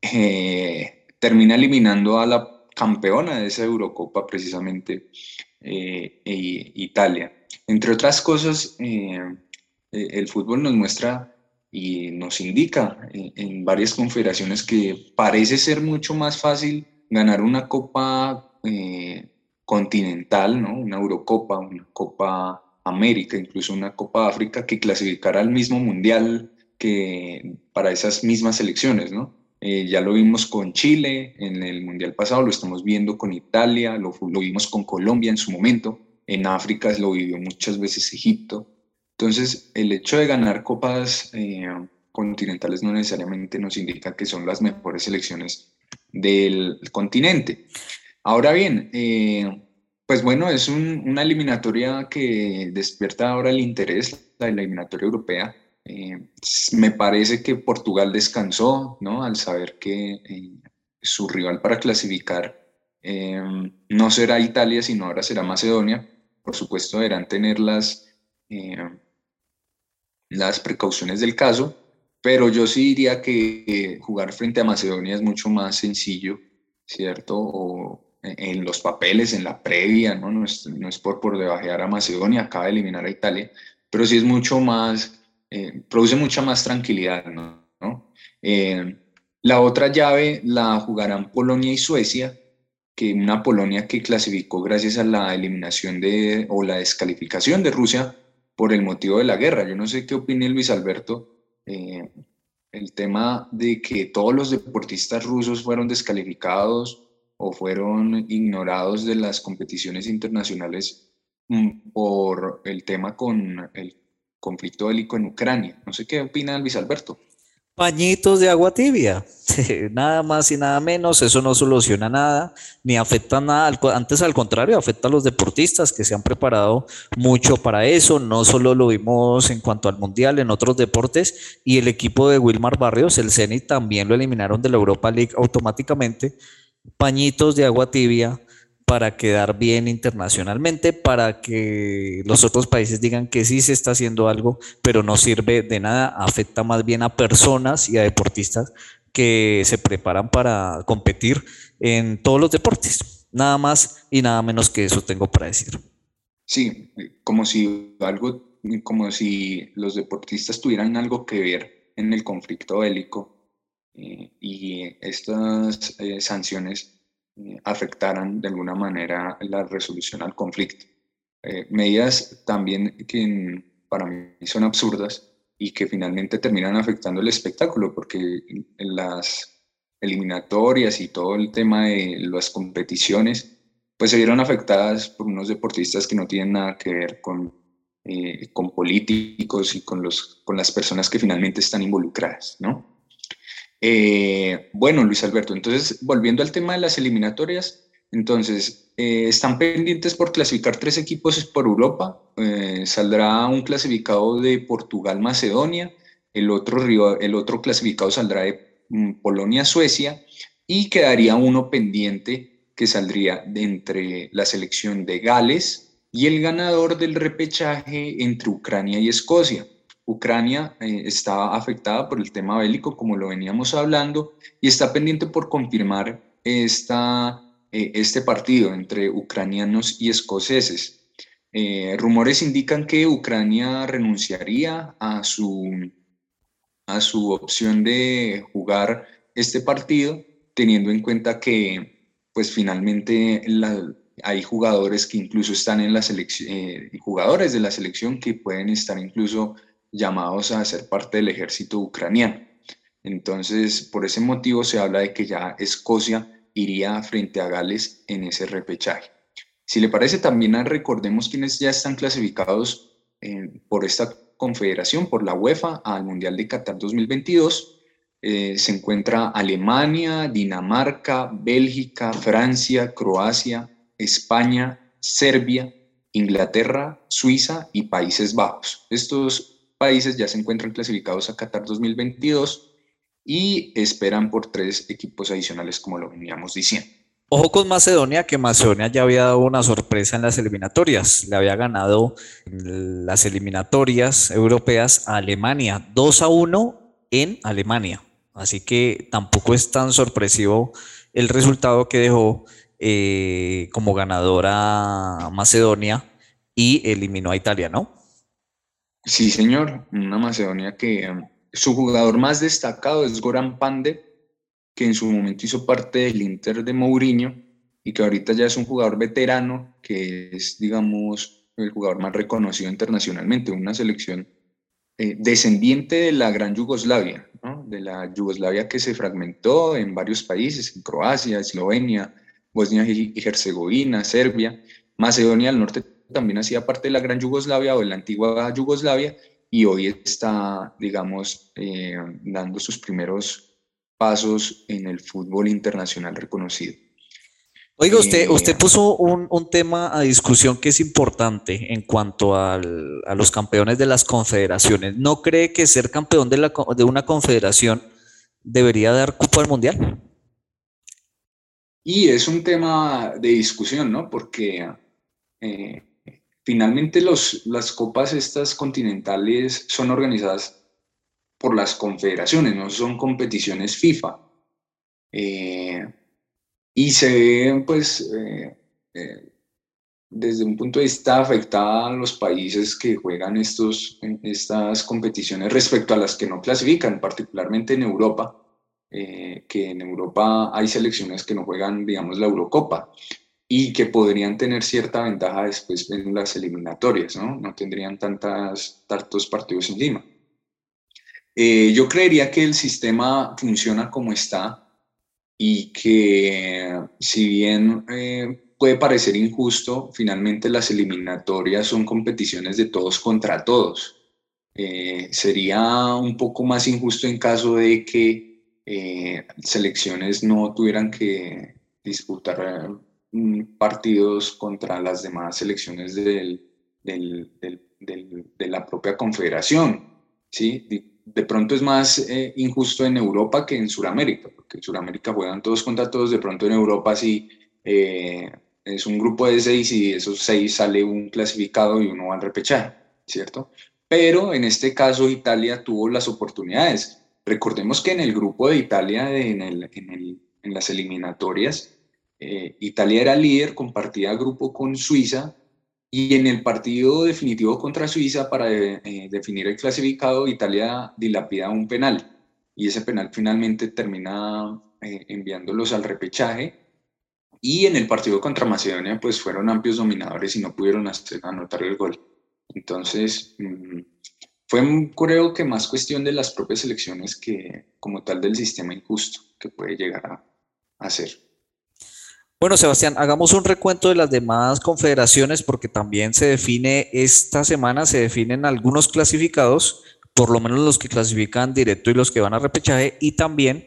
Speaker 3: Eh, termina eliminando a la campeona de esa Eurocopa, precisamente eh, e- Italia. Entre otras cosas, eh, eh, el fútbol nos muestra y nos indica en, en varias confederaciones que parece ser mucho más fácil ganar una Copa eh, continental, ¿no? Una Eurocopa, una Copa América, incluso una Copa África, que clasificar al mismo Mundial que para esas mismas selecciones, ¿no? Eh, ya lo vimos con Chile en el Mundial pasado, lo estamos viendo con Italia, lo, lo vimos con Colombia en su momento, en África lo vivió muchas veces Egipto. Entonces, el hecho de ganar copas eh, continentales no necesariamente nos indica que son las mejores selecciones del continente. Ahora bien, eh, pues bueno, es un- una eliminatoria que despierta ahora el interés, la eliminatoria europea. Eh, s- me parece que Portugal descansó, ¿no? Al saber que eh, su rival para clasificar eh, no será Italia, sino ahora será Macedonia. Por supuesto, deberán tener las, eh, las precauciones del caso, pero yo sí diría que eh, jugar frente a Macedonia es mucho más sencillo, ¿cierto? O en, en los papeles, en la previa, ¿no? No es, no es por, por debajear a Macedonia, acaba de eliminar a Italia, pero sí es mucho más, eh, produce mucha más tranquilidad, ¿no? ¿No? Eh, la otra llave la jugarán Polonia y Suecia, que una Polonia que clasificó gracias a la eliminación de, o la descalificación de Rusia por el motivo de la guerra. Yo no sé qué opine Luis Alberto, eh, el tema de que todos los deportistas rusos fueron descalificados o fueron ignorados de las competiciones internacionales mm, por el tema con el conflicto bélico en Ucrania. No sé qué opina Luis Alberto.
Speaker 2: Pañitos de agua tibia, nada más y nada menos, eso no soluciona nada, ni afecta nada, al co- antes al contrario, afecta a los deportistas que se han preparado mucho para eso, no solo lo vimos en cuanto al Mundial, en otros deportes, y el equipo de Wilmar Barrios, el Zenit, también lo eliminaron de la Europa League automáticamente, pañitos de agua tibia para quedar bien internacionalmente, para que los otros países digan que sí se está haciendo algo, pero no sirve de nada, afecta más bien a personas y a deportistas que se preparan para competir en todos los deportes. Nada más y nada menos que eso tengo para decir.
Speaker 3: Sí, como si algo, como si los deportistas tuvieran algo que ver en el conflicto bélico eh, y estas eh, sanciones eh, afectaran de alguna manera la resolución al conflicto. Eh, medidas también que en- para mí son absurdas y que finalmente terminan afectando el espectáculo, porque en las eliminatorias y todo el tema de las competiciones, pues se vieron afectadas por unos deportistas que no tienen nada que ver con, eh, con políticos y con, los, con las personas que finalmente están involucradas, ¿no? Eh, bueno, Luis Alberto, entonces, volviendo al tema de las eliminatorias, entonces, eh, están pendientes por clasificar tres equipos por Europa. Eh, saldrá un clasificado de Portugal-Macedonia, el otro, rival- el otro clasificado saldrá de mm, Polonia-Suecia y quedaría uno pendiente que saldría de entre la selección de Gales y el ganador del repechaje entre Ucrania y Escocia. Ucrania eh, está afectada por el tema bélico, como lo veníamos hablando, y está pendiente por confirmar esta, eh, este partido entre ucranianos y escoceses. Eh, rumores indican que Ucrania renunciaría a su, a su opción de jugar este partido, teniendo en cuenta que pues finalmente la, hay jugadores que incluso están en la selección, eh, jugadores de la selección que pueden estar incluso llamados a ser parte del ejército ucraniano. Entonces, por ese motivo se habla de que ya Escocia iría frente a Gales en ese repechaje. Si le parece, también recordemos quienes ya están clasificados eh, por esta confederación, por la UEFA, al Mundial de Qatar dos mil veintidós. Eh, se encuentra Alemania, Dinamarca, Bélgica, Francia, Croacia, España, Serbia, Inglaterra, Suiza y Países Bajos. Estos países ya se encuentran clasificados a Qatar dos mil veintidós y esperan por tres equipos adicionales, como lo veníamos diciendo.
Speaker 2: Ojo con Macedonia, que Macedonia ya había dado una sorpresa en las eliminatorias. Le había ganado las eliminatorias europeas a Alemania, dos a uno en Alemania. Así que tampoco es tan sorpresivo el resultado que dejó eh, como ganadora Macedonia y eliminó a Italia, ¿no?
Speaker 3: Sí, señor, una Macedonia que um, su jugador más destacado es Goran Pandev, que en su momento hizo parte del Inter de Mourinho y que ahorita ya es un jugador veterano, que es, digamos, el jugador más reconocido internacionalmente, una selección eh, descendiente de la gran Yugoslavia, ¿no? De la Yugoslavia que se fragmentó en varios países, en Croacia, Eslovenia, Bosnia y Herzegovina, Serbia, Macedonia del Norte también hacía parte de la gran Yugoslavia o de la antigua Yugoslavia y hoy está, digamos, eh, dando sus primeros pasos en el fútbol internacional reconocido.
Speaker 2: Oiga, usted,
Speaker 3: Eh,
Speaker 2: usted puso un, un tema a discusión que es importante en cuanto al- a los campeones de las confederaciones. ¿No cree que ser campeón de, la co- de una confederación debería dar cupo al mundial?
Speaker 3: y es un tema de discusión, ¿no? Porque eh, finalmente los, las copas estas continentales son organizadas por las confederaciones, no son competiciones FIFA. Eh, y se ve, pues, eh, eh, desde un punto de vista afectada a los países que juegan estos, estas competiciones respecto a las que no clasifican, particularmente en Europa, eh, que en Europa hay selecciones que no juegan, digamos, la Eurocopa y que podrían tener cierta ventaja después en las eliminatorias, ¿no? No tendrían tantas, tantos partidos encima. Eh, yo creería que el sistema funciona como está y que si bien eh, puede parecer injusto. Finalmente las eliminatorias son competiciones de todos contra todos. Eh, sería un poco más injusto en caso de que eh, selecciones no tuvieran que disputar eh, partidos contra las demás selecciones del, del, del, del, de la propia confederación, ¿sí? De, de pronto es más eh, injusto en Europa que en Sudamérica, porque en Sudamérica juegan todos contra todos. De pronto en Europa sí eh, es un grupo de seis y de esos seis sale un clasificado y uno va al repechaje, ¿cierto? Pero en este caso Italia tuvo las oportunidades. Recordemos que en el grupo de Italia, en, el, en, el, en las eliminatorias, eh, Italia era líder, compartía grupo con Suiza, y en el partido definitivo contra Suiza para eh, definir el clasificado, Italia dilapida un penal, y ese penal finalmente termina eh, enviándolos al repechaje. Y en el partido contra Macedonia, pues fueron amplios dominadores y no pudieron hacer, anotar el gol. Entonces, mmm, fue creo que más cuestión de las propias selecciones que como tal del sistema injusto que puede llegar a, a ser.
Speaker 2: Bueno, Sebastián, hagamos un recuento de las demás confederaciones porque también se define, esta semana se definen algunos clasificados, por lo menos los que clasifican directo y los que van a repechaje, y también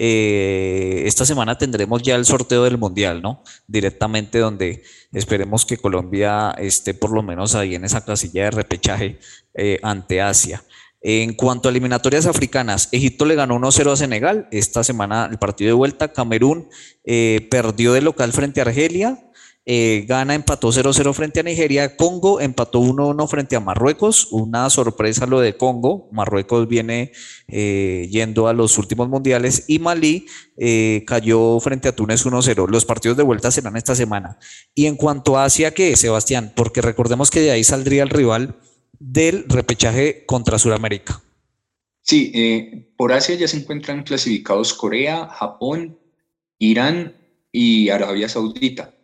Speaker 2: eh, esta semana tendremos ya el sorteo del Mundial, ¿no? Directamente, donde esperemos que Colombia esté por lo menos ahí en esa casilla de repechaje eh, ante Asia. En cuanto a eliminatorias africanas, Egipto le ganó uno cero a Senegal. Esta semana el partido de vuelta. Camerún eh, perdió de local frente a Argelia. Eh, Ghana empató cero cero frente a Nigeria. Congo empató uno uno frente a Marruecos. Una sorpresa lo de Congo. Marruecos viene eh, yendo a los últimos mundiales. Y Malí eh, cayó frente a Túnez uno cero. Los partidos de vuelta serán esta semana. Y en cuanto a Asia, ¿qué, Sebastián? Porque recordemos que de ahí saldría el rival del repechaje contra Sudamérica.
Speaker 3: Sí, eh, por Asia ya se encuentran clasificados Corea, Japón, Irán y Arabia Saudita.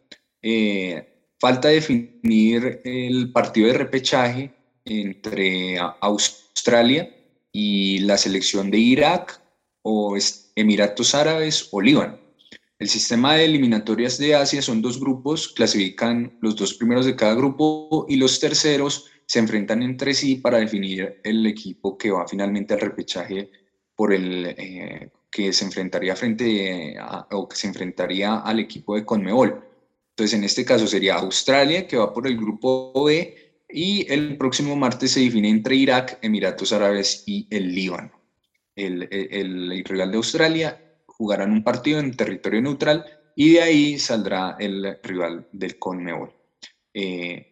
Speaker 3: Eh, falta definir el partido de repechaje entre Australia y la selección de Irak o Emiratos Árabes o Líbano. El sistema de eliminatorias de Asia son dos grupos, clasifican los dos primeros de cada grupo y los terceros se enfrentan entre sí para definir el equipo que va finalmente al repechaje por el eh, que se enfrentaría frente a, o que se enfrentaría al equipo de Conmebol. Entonces, en este caso sería Australia, que va por el grupo B, y el próximo martes se define entre Irak, Emiratos Árabes y el Líbano. El, el, el rival de Australia jugarán un partido en territorio neutral y de ahí saldrá el rival del Conmebol. Eh,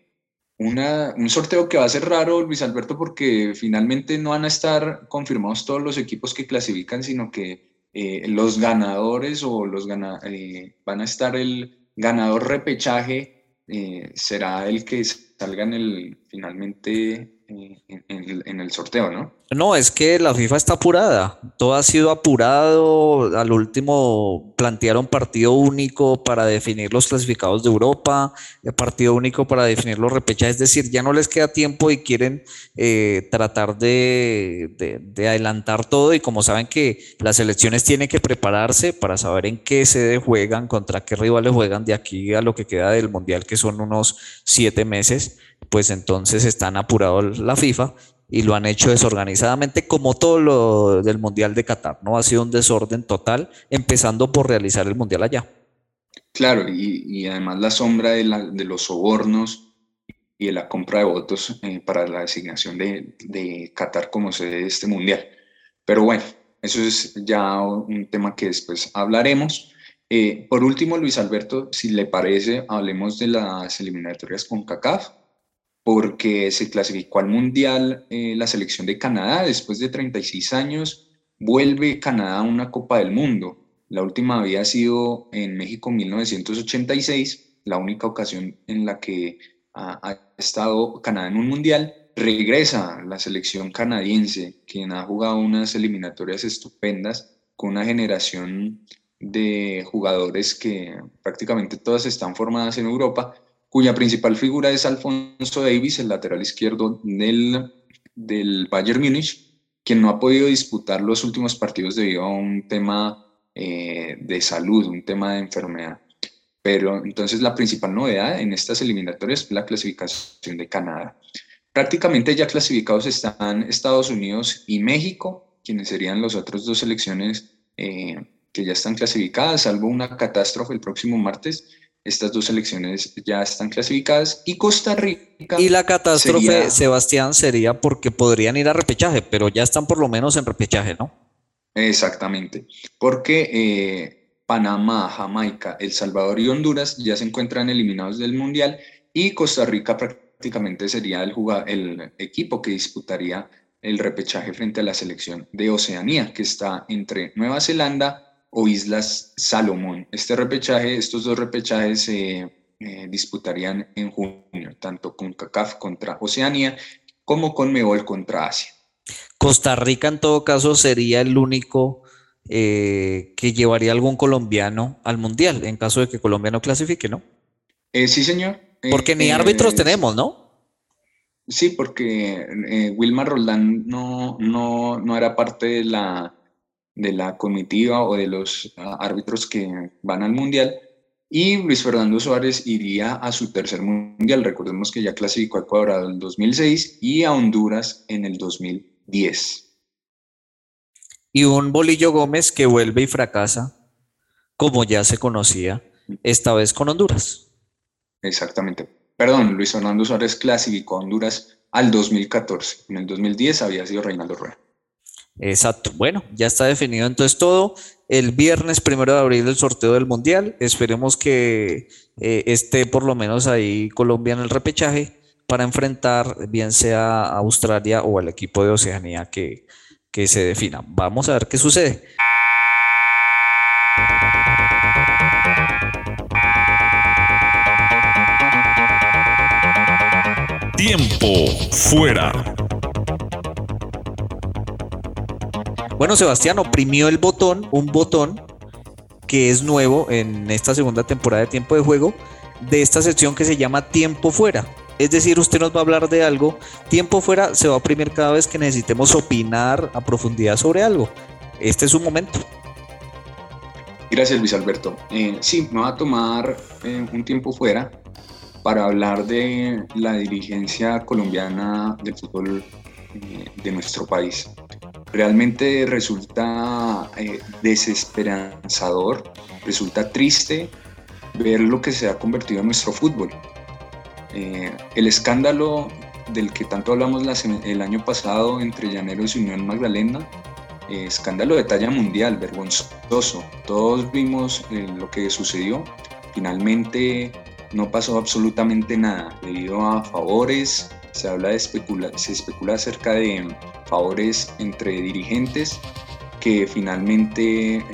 Speaker 3: Una, un sorteo que va a ser raro, Luis Alberto, porque finalmente no van a estar confirmados todos los equipos que clasifican, sino que eh, los ganadores o los gana, eh, van a estar el ganador repechaje, eh, será el que salga en el, finalmente eh, en, en, en el sorteo, ¿no?
Speaker 2: No, es que la FIFA está apurada, todo ha sido apurado, al último plantearon partido único para definir los clasificados de Europa, partido único para definir los repechajes, es decir, ya no les queda tiempo y quieren eh, tratar de, de, de adelantar todo, y como saben que las selecciones tienen que prepararse para saber en qué sede juegan, contra qué rivales juegan de aquí a lo que queda del Mundial, que son unos siete meses, pues entonces están apurados la FIFA y lo han hecho desorganizadamente, como todo lo del Mundial de Qatar, ¿no? Ha sido un desorden total, empezando por realizar el Mundial allá.
Speaker 3: Claro, y, y además la sombra de, la, de los sobornos y de la compra de votos eh, para la designación de, de Qatar como sede de este Mundial. Pero bueno, eso es ya un tema que después hablaremos. Eh, por último, Luis Alberto, si le parece, hablemos de las eliminatorias con CONCACAF, porque se clasificó al Mundial eh, la selección de Canadá. Después de treinta y seis años, vuelve Canadá a una Copa del Mundo. La última había sido en México en mil novecientos ochenta y seis, la única ocasión en la que ha, ha estado Canadá en un Mundial. Regresa la selección canadiense, quien ha jugado unas eliminatorias estupendas, con una generación de jugadores que prácticamente todas están formadas en Europa, cuya principal figura es Alfonso Davies, el lateral izquierdo del, del Bayern Múnich, quien no ha podido disputar los últimos partidos debido a un tema eh, de salud, un tema de enfermedad. pero entonces la principal novedad en estas eliminatorias es la clasificación de Canadá. Prácticamente ya clasificados están Estados Unidos y México, quienes serían las otras dos selecciones eh, que ya están clasificadas, salvo una catástrofe el próximo martes. Estas dos selecciones ya están clasificadas y Costa Rica.
Speaker 2: Y la catástrofe,
Speaker 3: sería,
Speaker 2: Sebastián, sería porque podrían ir a repechaje, pero ya están por lo menos en repechaje, ¿no?
Speaker 3: Exactamente, porque eh, Panamá, Jamaica, El Salvador y Honduras ya se encuentran eliminados del Mundial y Costa Rica prácticamente sería el, jugador, el equipo que disputaría el repechaje frente a la selección de Oceanía, que está entre Nueva Zelanda o Islas Salomón. Este repechaje, estos dos repechajes se eh, eh, disputarían en junio, tanto con CONCACAF contra Oceanía como con Conmebol contra Asia.
Speaker 2: Costa Rica en todo caso sería el único eh, que llevaría algún colombiano al Mundial, en caso de que Colombia no clasifique, ¿no?
Speaker 3: Eh, sí, señor.
Speaker 2: Porque
Speaker 3: eh,
Speaker 2: ni árbitros
Speaker 3: eh,
Speaker 2: tenemos, ¿no?
Speaker 3: Sí, porque eh, Wilmar Roldán no, no, no era parte de la, de la comitiva o de los uh, árbitros que van al Mundial, y Luis Fernando Suárez iría a su tercer Mundial. Recordemos que ya clasificó a Ecuador en el dos mil seis y a Honduras en el dos mil diez.
Speaker 2: Y un Bolillo Gómez que vuelve y fracasa, como ya se conocía, esta vez con Honduras.
Speaker 3: Exactamente. Perdón, Luis Fernando Suárez clasificó a Honduras al dos mil catorce. En el dos mil diez había sido Reinaldo Rueda.
Speaker 2: Exacto. Bueno, ya está definido entonces todo. El viernes primero de abril el sorteo del Mundial. Esperemos que eh, esté por lo menos ahí Colombia en el repechaje para enfrentar bien sea a Australia o al equipo de Oceanía que, que se defina. Vamos a ver qué sucede.
Speaker 1: Tiempo fuera.
Speaker 2: Bueno, Sebastián oprimió el botón, un botón que es nuevo en esta segunda temporada de Tiempo de Juego, de esta sección que se llama Tiempo Fuera. Es decir, usted nos va a hablar de algo. Tiempo Fuera se va a oprimir cada vez que necesitemos opinar a profundidad sobre algo. Este es su momento.
Speaker 3: Gracias, Luis Alberto. Eh, sí, me va a tomar eh, un tiempo fuera para hablar de la dirigencia colombiana del fútbol eh, de nuestro país. Realmente resulta eh, desesperanzador, resulta triste ver lo que se ha convertido en nuestro fútbol. Eh, el escándalo del que tanto hablamos la, el año pasado entre Llaneros y Unión Magdalena, eh, escándalo de talla mundial, vergonzoso. Todos vimos eh, lo que sucedió. Finalmente no pasó absolutamente nada debido a favores. Se habla de especula, se especula acerca de favores entre dirigentes que finalmente eh,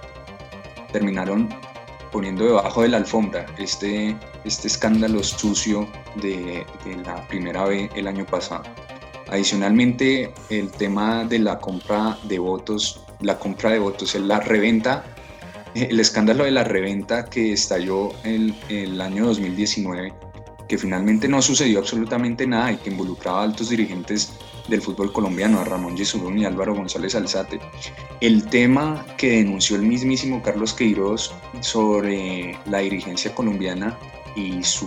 Speaker 3: terminaron poniendo debajo de la alfombra este, este escándalo sucio de, de la primera B el año pasado. Adicionalmente, el tema de la compra de votos, la compra de votos, la reventa, el escándalo de la reventa que estalló el, el año dos mil diecinueve, que finalmente no sucedió absolutamente nada y que involucraba a altos dirigentes del fútbol colombiano, a Ramón Yesurún y Álvaro González Alzate. El tema que denunció el mismísimo Carlos Queiroz sobre la dirigencia colombiana y su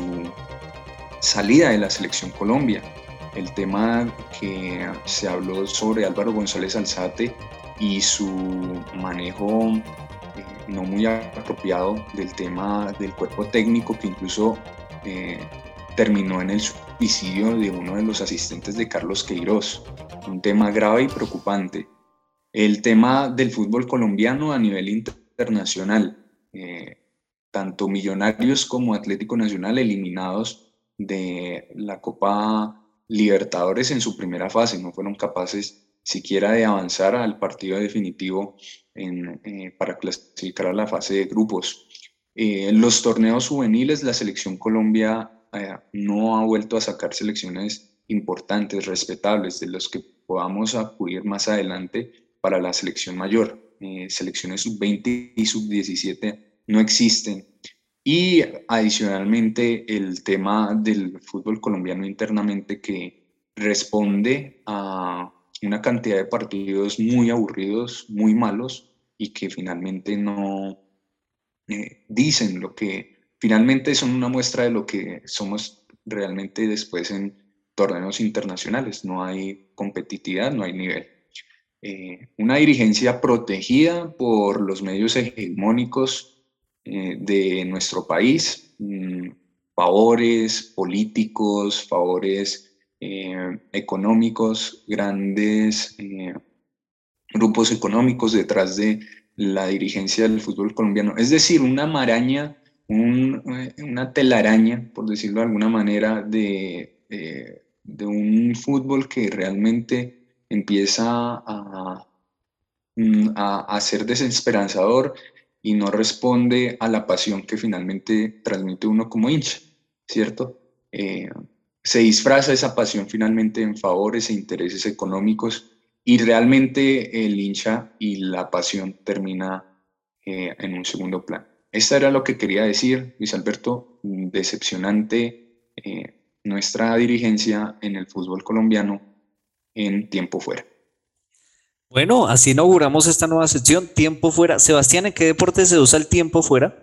Speaker 3: salida de la selección Colombia. El tema que se habló sobre Álvaro González Alzate y su manejo eh, no muy apropiado del tema del cuerpo técnico, que incluso eh, terminó en el suicidio de uno de los asistentes de Carlos Queiroz. Un tema grave y preocupante. El tema del fútbol colombiano a nivel internacional. Eh, tanto Millonarios como Atlético Nacional eliminados de la Copa Libertadores en su primera fase. No fueron capaces siquiera de avanzar al partido definitivo en, eh, para clasificar a la fase de grupos. Eh, en los torneos juveniles, la selección Colombia eh, no ha vuelto a sacar selecciones importantes, respetables, de los que podamos acudir más adelante para la selección mayor. Eh, selecciones sub veinte y sub diecisiete no existen. Y adicionalmente el tema del fútbol colombiano internamente, que responde a una cantidad de partidos muy aburridos, muy malos, y que finalmente no eh, dicen lo que finalmente son una muestra de lo que somos realmente después en torneos internacionales. No hay competitividad, no hay nivel. Eh, una dirigencia protegida por los medios hegemónicos eh, de nuestro país, mmm, favores políticos, favores eh, económicos, grandes eh, grupos económicos detrás de la dirigencia del fútbol colombiano. Es decir, una maraña, un, una telaraña, por decirlo de alguna manera, de, de, de un fútbol que realmente empieza a, a, a ser desesperanzador y no responde a la pasión que finalmente transmite uno como hincha, ¿cierto? Eh, se disfraza esa pasión finalmente en favores e intereses económicos y realmente el hincha y la pasión termina eh, en un segundo plano. Esto era lo que quería decir, Luis Alberto. Decepcionante eh, nuestra dirigencia en el fútbol colombiano en tiempo fuera.
Speaker 2: Bueno, así inauguramos esta nueva sección, tiempo fuera. Sebastián, ¿en qué deporte se usa el tiempo fuera?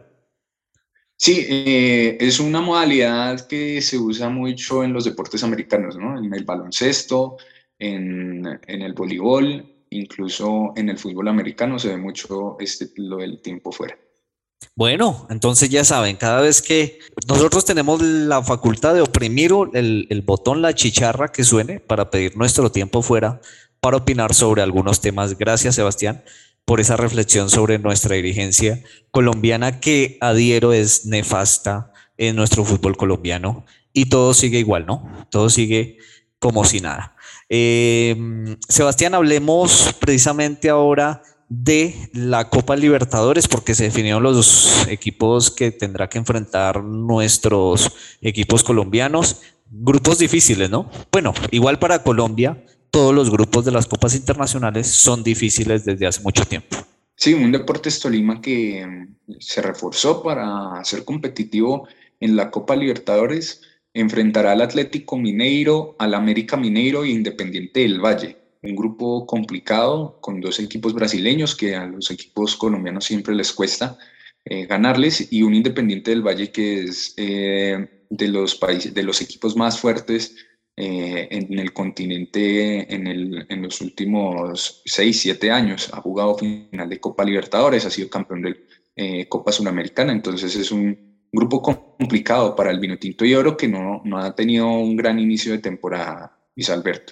Speaker 3: Sí, eh, es una modalidad que se usa mucho en los deportes americanos, ¿no? En el baloncesto, en, en el voleibol, incluso en el fútbol americano se ve mucho este, lo del tiempo fuera.
Speaker 2: Bueno, entonces ya saben, cada vez que nosotros tenemos la facultad de oprimir el, el botón, la chicharra que suene para pedir nuestro tiempo fuera para opinar sobre algunos temas. Gracias, Sebastián, por esa reflexión sobre nuestra dirigencia colombiana que adhiero es nefasta en nuestro fútbol colombiano y todo sigue igual, ¿no? Todo sigue como si nada. Eh, Sebastián, hablemos precisamente ahora de la Copa Libertadores porque se definieron los equipos que tendrá que enfrentar nuestros equipos colombianos. Grupos difíciles, ¿no? Bueno, igual para Colombia, todos los grupos de las copas internacionales son difíciles desde hace mucho tiempo.
Speaker 3: Sí, un Deportes Tolima que se reforzó para ser competitivo en la Copa Libertadores, enfrentará al Atlético Mineiro, al América Mineiro e Independiente del Valle. Un grupo complicado con dos equipos brasileños que a los equipos colombianos siempre les cuesta eh, ganarles, y un Independiente del Valle que es eh, de los países, de los equipos más fuertes eh, en el continente en, el, en los últimos seis, siete años. Ha jugado final de Copa Libertadores, ha sido campeón de eh, Copa Sudamericana, entonces es un grupo complicado para el Vinotinto y Oro que no, no ha tenido un gran inicio de temporada, Luis Alberto.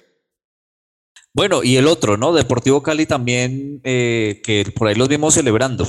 Speaker 2: Bueno, y el otro, ¿no? Deportivo Cali también, eh, que por ahí los vimos celebrando.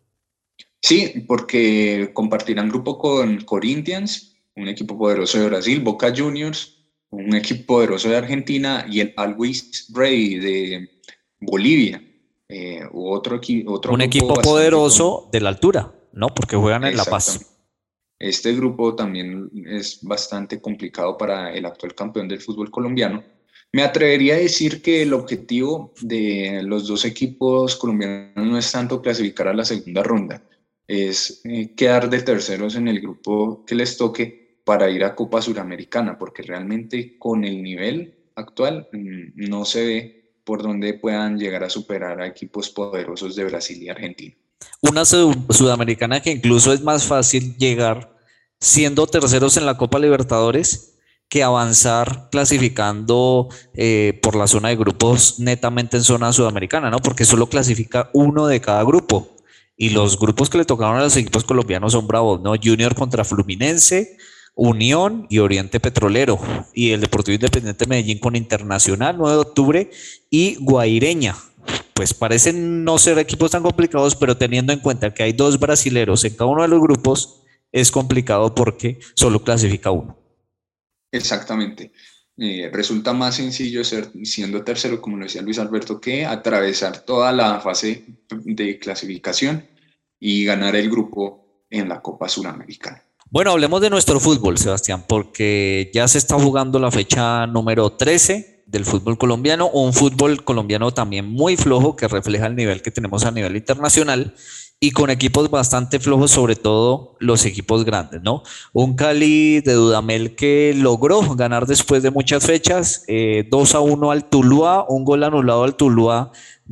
Speaker 3: Sí, porque compartirán grupo con Corinthians, un equipo poderoso de Brasil, Boca Juniors, un equipo poderoso de Argentina, y el Always Ready de Bolivia. Eh, otro, otro
Speaker 2: un equipo poderoso con... de la altura, ¿no? Porque juegan en La Paz.
Speaker 3: Este grupo también es bastante complicado para el actual campeón del fútbol colombiano. Me atrevería a decir que el objetivo de los dos equipos colombianos no es tanto clasificar a la segunda ronda, es eh, quedar de terceros en el grupo que les toque para ir a Copa Suramericana, porque realmente con el nivel actual mmm, no se ve por dónde puedan llegar a superar a equipos poderosos de Brasil y Argentina.
Speaker 2: Una sud sudamericana que incluso es más fácil llegar siendo terceros en la Copa Libertadores que avanzar clasificando eh, por la zona de grupos netamente en zona sudamericana, ¿no? Porque solo clasifica uno de cada grupo. Y los grupos que le tocaron a los equipos colombianos son bravos, ¿no? Junior contra Fluminense, Unión y Oriente Petrolero. Y el Deportivo Independiente Medellín con Internacional, nueve de octubre y Guaireña. Pues parecen no ser equipos tan complicados, pero teniendo en cuenta que hay dos brasileros en cada uno de los grupos, es complicado porque solo clasifica uno.
Speaker 3: Exactamente. Eh, resulta más sencillo ser siendo tercero, como lo decía Luis Alberto, que atravesar toda la fase de clasificación y ganar el grupo en la Copa Suramericana.
Speaker 2: Bueno, hablemos de nuestro fútbol, Sebastián, porque ya se está jugando la fecha número trece del fútbol colombiano, un fútbol colombiano también muy flojo que refleja el nivel que tenemos a nivel internacional y con equipos bastante flojos, sobre todo los equipos grandes, ¿no? Un Cali de Dudamel que logró ganar después de muchas fechas, eh, dos a uno al Tuluá, un gol anulado al Tuluá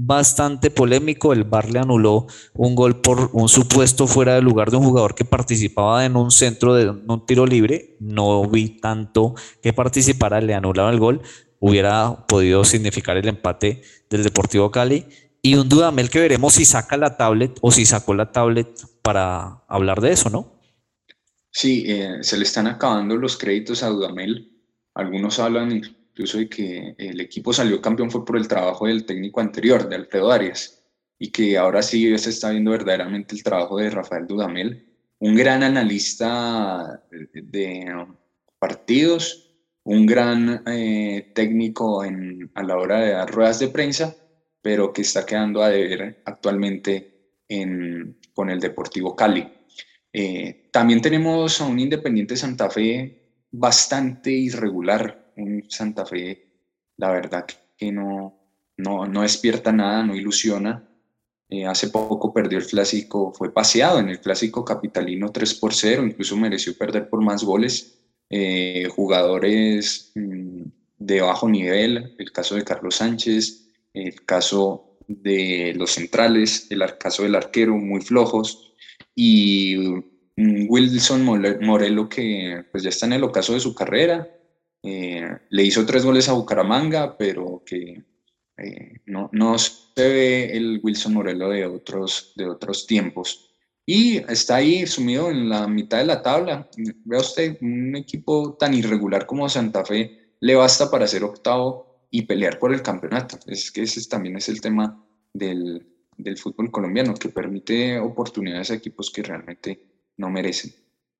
Speaker 2: bastante polémico. El V A R le anuló un gol por un supuesto fuera de lugar de un jugador que participaba en un centro de un tiro libre. No vi tanto que participara, le anularon el gol. Hubiera podido significar el empate del Deportivo Cali. Y un Dudamel que veremos si saca la tablet o si sacó la tablet para hablar de eso, ¿no?
Speaker 3: Sí, eh, se le están acabando los créditos a Dudamel. Algunos hablan incluso de que el equipo salió campeón fue por el trabajo del técnico anterior, de Alfredo Arias, y que ahora sí se está viendo verdaderamente el trabajo de Rafael Dudamel, un gran analista de, de partidos, un gran eh, técnico en, a la hora de dar ruedas de prensa, pero que está quedando a deber actualmente en, con el Deportivo Cali. Eh, también tenemos a un Independiente Santa Fe bastante irregular, un Santa Fe, la verdad que no, no, no despierta nada, no ilusiona. Eh, hace poco perdió el clásico, fue paseado en el clásico capitalino tres por cero, incluso mereció perder por más goles. Eh, jugadores mmm, de bajo nivel, el caso de Carlos Sánchez, el caso de los centrales, el caso del arquero, muy flojos, y um, Wilson Morelo, que pues ya está en el ocaso de su carrera, eh, le hizo tres goles a Bucaramanga, pero que eh, no, no se ve el Wilson Morelo de otros, de otros tiempos. Y está ahí sumido en la mitad de la tabla. Vea usted, un equipo tan irregular como Santa Fe le basta para ser octavo y pelear por el campeonato. Es que ese también es el tema del, del fútbol colombiano, que permite oportunidades a equipos que realmente no merecen.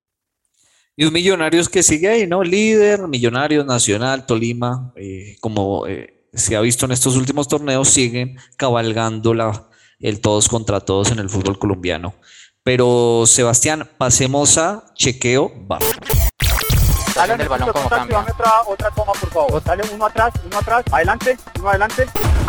Speaker 2: Y un Millonarios que sigue ahí, ¿no? Líder, Millonarios, Nacional, Tolima, eh, como eh, se ha visto en estos últimos torneos, siguen cabalgando la, el todos contra todos en el fútbol colombiano. Pero Sebastián, pasemos a chequeo V A R.
Speaker 4: Dale el balón como cambia. Otra, otra toma, por favor. Dale uno atrás, uno atrás, adelante, uno adelante.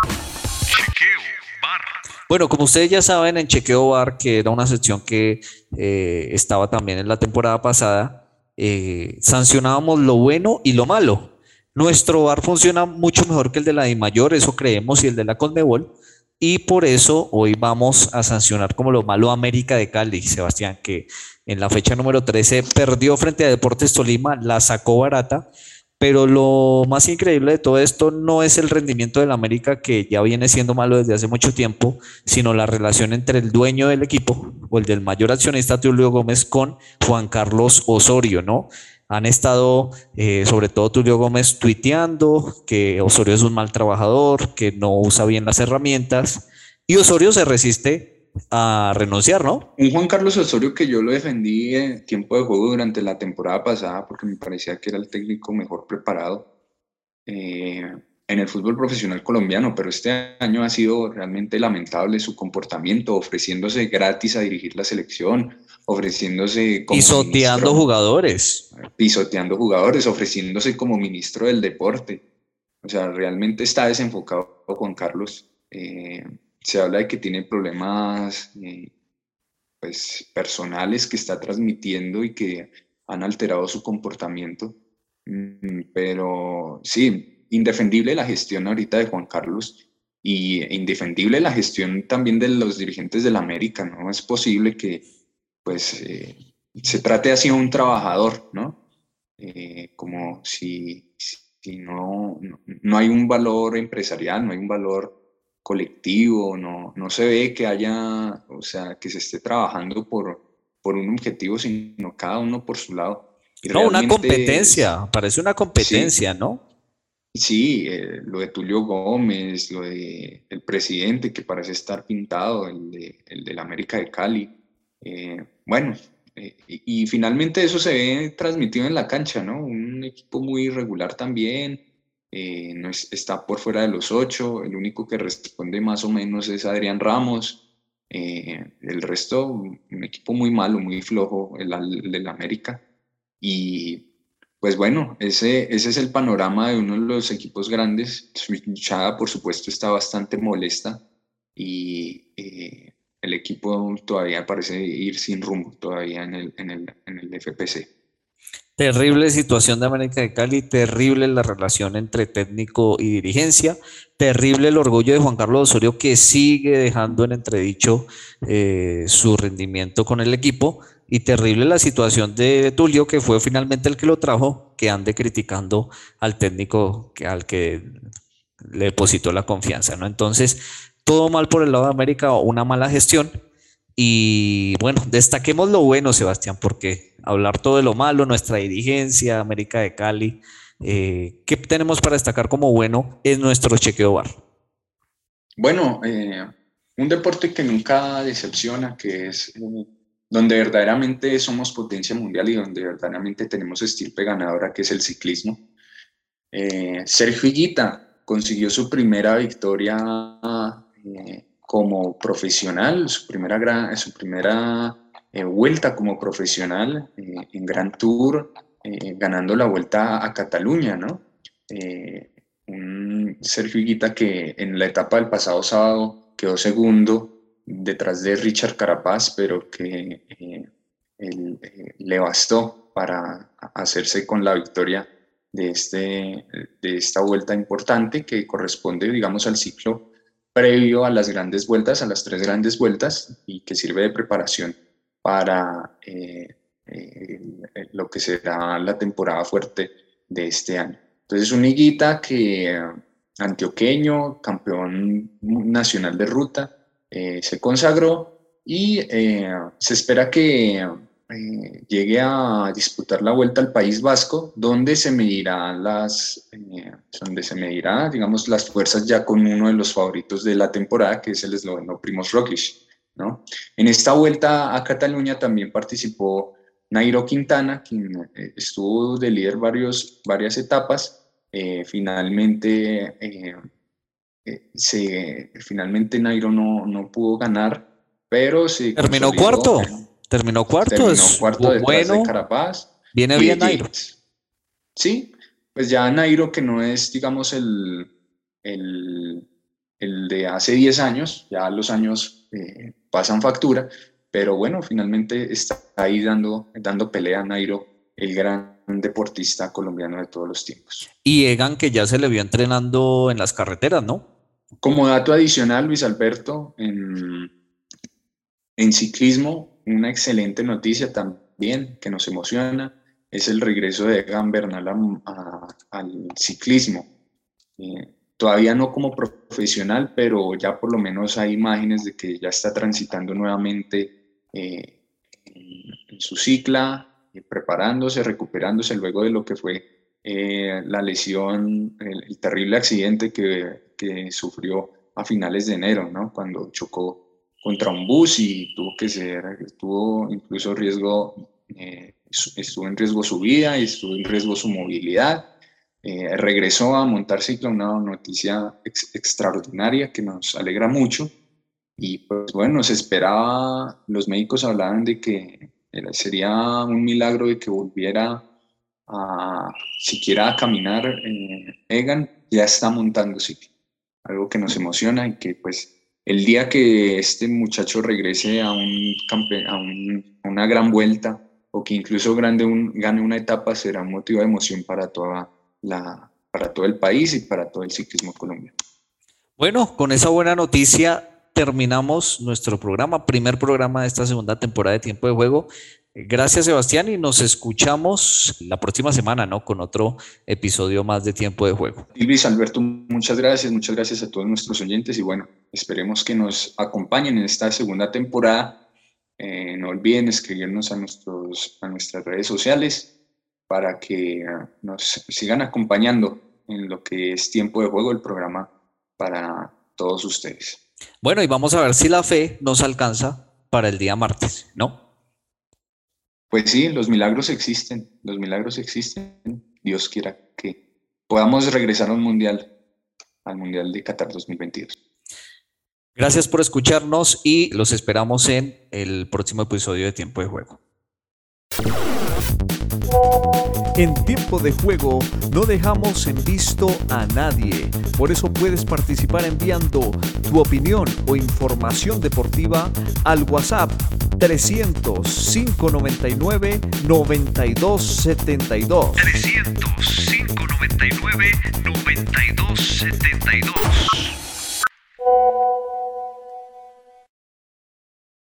Speaker 1: Chequeo V A R.
Speaker 2: Bueno, como ustedes ya saben, en Chequeo V A R, que era una sección que eh, estaba también en la temporada pasada, eh, sancionábamos lo bueno y lo malo. Nuestro V A R funciona mucho mejor que el de la DIMAYOR, eso creemos, y el de la Conmebol, y por eso hoy vamos a sancionar como lo malo a América de Cali, Sebastián, que en la fecha número trece perdió frente a Deportes Tolima, la sacó barata. Pero lo más increíble de todo esto no es el rendimiento del América, que ya viene siendo malo desde hace mucho tiempo, sino la relación entre el dueño del equipo o el del mayor accionista, Tulio Gómez, con Juan Carlos Osorio, ¿no? Han estado, eh, sobre todo Tulio Gómez, tuiteando que Osorio es un mal trabajador, que no usa bien las herramientas, y Osorio se resiste a renunciar, ¿no?
Speaker 3: Un Juan Carlos Osorio que yo lo defendí en tiempo de juego durante la temporada pasada porque me parecía que era el técnico mejor preparado eh, en el fútbol profesional colombiano, pero este año ha sido realmente lamentable su comportamiento, ofreciéndose gratis a dirigir la selección, ofreciéndose como
Speaker 2: pisoteando
Speaker 3: ministro,
Speaker 2: jugadores.
Speaker 3: pisoteando jugadores, ofreciéndose como ministro del deporte. O sea, realmente está desenfocado Juan Carlos. Eh, se habla de que tiene problemas eh, pues, personales que está transmitiendo y que han alterado su comportamiento. Mm, pero sí, indefendible la gestión ahorita de Juan Carlos y indefendible la gestión también de los dirigentes de la América. No es posible que pues, eh, se trate así a un trabajador, ¿no? Eh, como si, si no, no, no hay un valor empresarial, no hay un valor colectivo, no, no se ve que haya, o sea, que se esté trabajando por, por un objetivo, sino cada uno por su lado. Y
Speaker 2: no, una competencia,
Speaker 3: es,
Speaker 2: parece una competencia,
Speaker 3: sí,
Speaker 2: ¿no?
Speaker 3: Sí, eh, lo de Tulio Gómez, lo de el presidente que parece estar pintado, el de, el de la América de Cali. Eh, bueno, eh, y, y finalmente eso se ve transmitido en la cancha, ¿no? Un equipo muy irregular también. Eh, no es, está por fuera de los ocho, el único que responde más o menos es Adrián Ramos, eh, el resto un equipo muy malo, muy flojo, el, el del América, y pues bueno, ese, ese es el panorama de uno de los equipos grandes. Su hinchada por supuesto está bastante molesta y eh, el equipo todavía parece ir sin rumbo todavía en el, en el, en el F P C.
Speaker 2: Terrible situación de América de Cali, terrible la relación entre técnico y dirigencia, terrible el orgullo de Juan Carlos Osorio que sigue dejando en entredicho eh, su rendimiento con el equipo y terrible la situación de Tulio que fue finalmente el que lo trajo, que ande criticando al técnico que, al que le depositó la confianza, ¿no? Entonces, todo mal por el lado de América, una mala gestión. Y bueno, destaquemos lo bueno, Sebastián, porque hablar todo de lo malo, nuestra dirigencia, América de Cali, eh, ¿qué tenemos para destacar como bueno? Es nuestro chequeo bar.
Speaker 3: Bueno, eh, un deporte que nunca decepciona, que es eh, donde verdaderamente somos potencia mundial y donde verdaderamente tenemos estirpe ganadora, que es el ciclismo. Eh, Sergio Higuita consiguió su primera victoria eh, como profesional, su primera, gran, su primera eh, vuelta como profesional eh, en Grand Tour, eh, ganando la Vuelta a Cataluña, ¿no? Eh, un Sergio Higuita que en la etapa del pasado sábado quedó segundo detrás de Richard Carapaz, pero que eh, él, eh, le bastó para hacerse con la victoria de, este, de esta vuelta importante que corresponde, digamos, al ciclo previo a las grandes vueltas, a las tres grandes vueltas, y que sirve de preparación para eh, eh, lo que será la temporada fuerte de este año. Entonces, un Higuita que antioqueño, campeón nacional de ruta, eh, se consagró y eh, se espera que eh, llegue a disputar la Vuelta al País Vasco, donde se medirá las, eh, donde se medirá, digamos, las fuerzas ya con uno de los favoritos de la temporada, que es el esloveno Primož Roglič, ¿no? En esta Vuelta a Cataluña también participó Nairo Quintana, quien eh, estuvo de líder varios, varias etapas. Eh, finalmente, eh, eh, se, finalmente Nairo no, no pudo ganar, pero se
Speaker 2: terminó
Speaker 3: consolidó,
Speaker 2: cuarto.
Speaker 3: Eh,
Speaker 2: Terminó cuarto,
Speaker 3: terminó
Speaker 2: es
Speaker 3: cuarto detrás
Speaker 2: bueno,
Speaker 3: de Carapaz.
Speaker 2: Viene bien Nairo.
Speaker 3: Sí, pues ya Nairo, que no es, digamos, el, el, el de hace diez años, ya los años eh, pasan factura, pero bueno, finalmente está ahí dando, dando pelea a Nairo, el gran deportista colombiano de todos los tiempos.
Speaker 2: Y Egan, que ya se le vio entrenando en las carreteras, ¿no?
Speaker 3: Como dato adicional, Luis Alberto, en, en ciclismo, una excelente noticia también que nos emociona es el regreso de Egan Bernal a, a, al ciclismo. Eh, todavía no como profesional, pero ya por lo menos hay imágenes de que ya está transitando nuevamente eh, en, en su cicla, eh, preparándose, recuperándose luego de lo que fue eh, la lesión, el, el terrible accidente que, que sufrió a finales de enero, ¿no? Cuando chocó contra un bus y tuvo que ser, tuvo incluso riesgo, eh, estuvo en riesgo su vida y estuvo en riesgo su movilidad. Eh, regresó a montar ciclo, una noticia ex, extraordinaria que nos alegra mucho. Y pues bueno, se esperaba, los médicos hablaban de que era, sería un milagro de que volviera a siquiera a caminar. eh, Egan ya está montando ciclo, algo que nos emociona y que pues el día que este muchacho regrese a, un campe a, un, a una gran vuelta o que incluso grande un, gane una etapa será un motivo de emoción para, toda la, para todo el país y para todo el ciclismo colombiano.
Speaker 2: Bueno, con esa buena noticia terminamos nuestro programa, primer programa de esta segunda temporada de Tiempo de Juego. Gracias, Sebastián, y nos escuchamos la próxima semana, ¿no? Con otro episodio más de Tiempo de Juego.
Speaker 3: Y Luis Alberto, muchas gracias, muchas gracias a todos nuestros oyentes y bueno, esperemos que nos acompañen en esta segunda temporada. Eh, no olviden escribirnos a, nuestros, a nuestras redes sociales para que uh, nos sigan acompañando en lo que es Tiempo de Juego, el programa para todos ustedes.
Speaker 2: Bueno, y vamos a ver si la fe nos alcanza para el día martes, ¿no?
Speaker 3: Pues sí, los milagros existen, los milagros existen. Dios quiera que podamos regresar al Mundial, al Mundial de Qatar dos mil veintidós.
Speaker 2: Gracias por escucharnos y los esperamos en el próximo episodio de Tiempo de Juego.
Speaker 5: En Tiempo de Juego no dejamos en visto a nadie. Por eso puedes participar enviando tu opinión o información deportiva al WhatsApp trescientos, cinco noventa y nueve, noventa y dos setenta y dos.
Speaker 1: trescientos, cinco noventa y nueve, noventa y dos setenta y dos.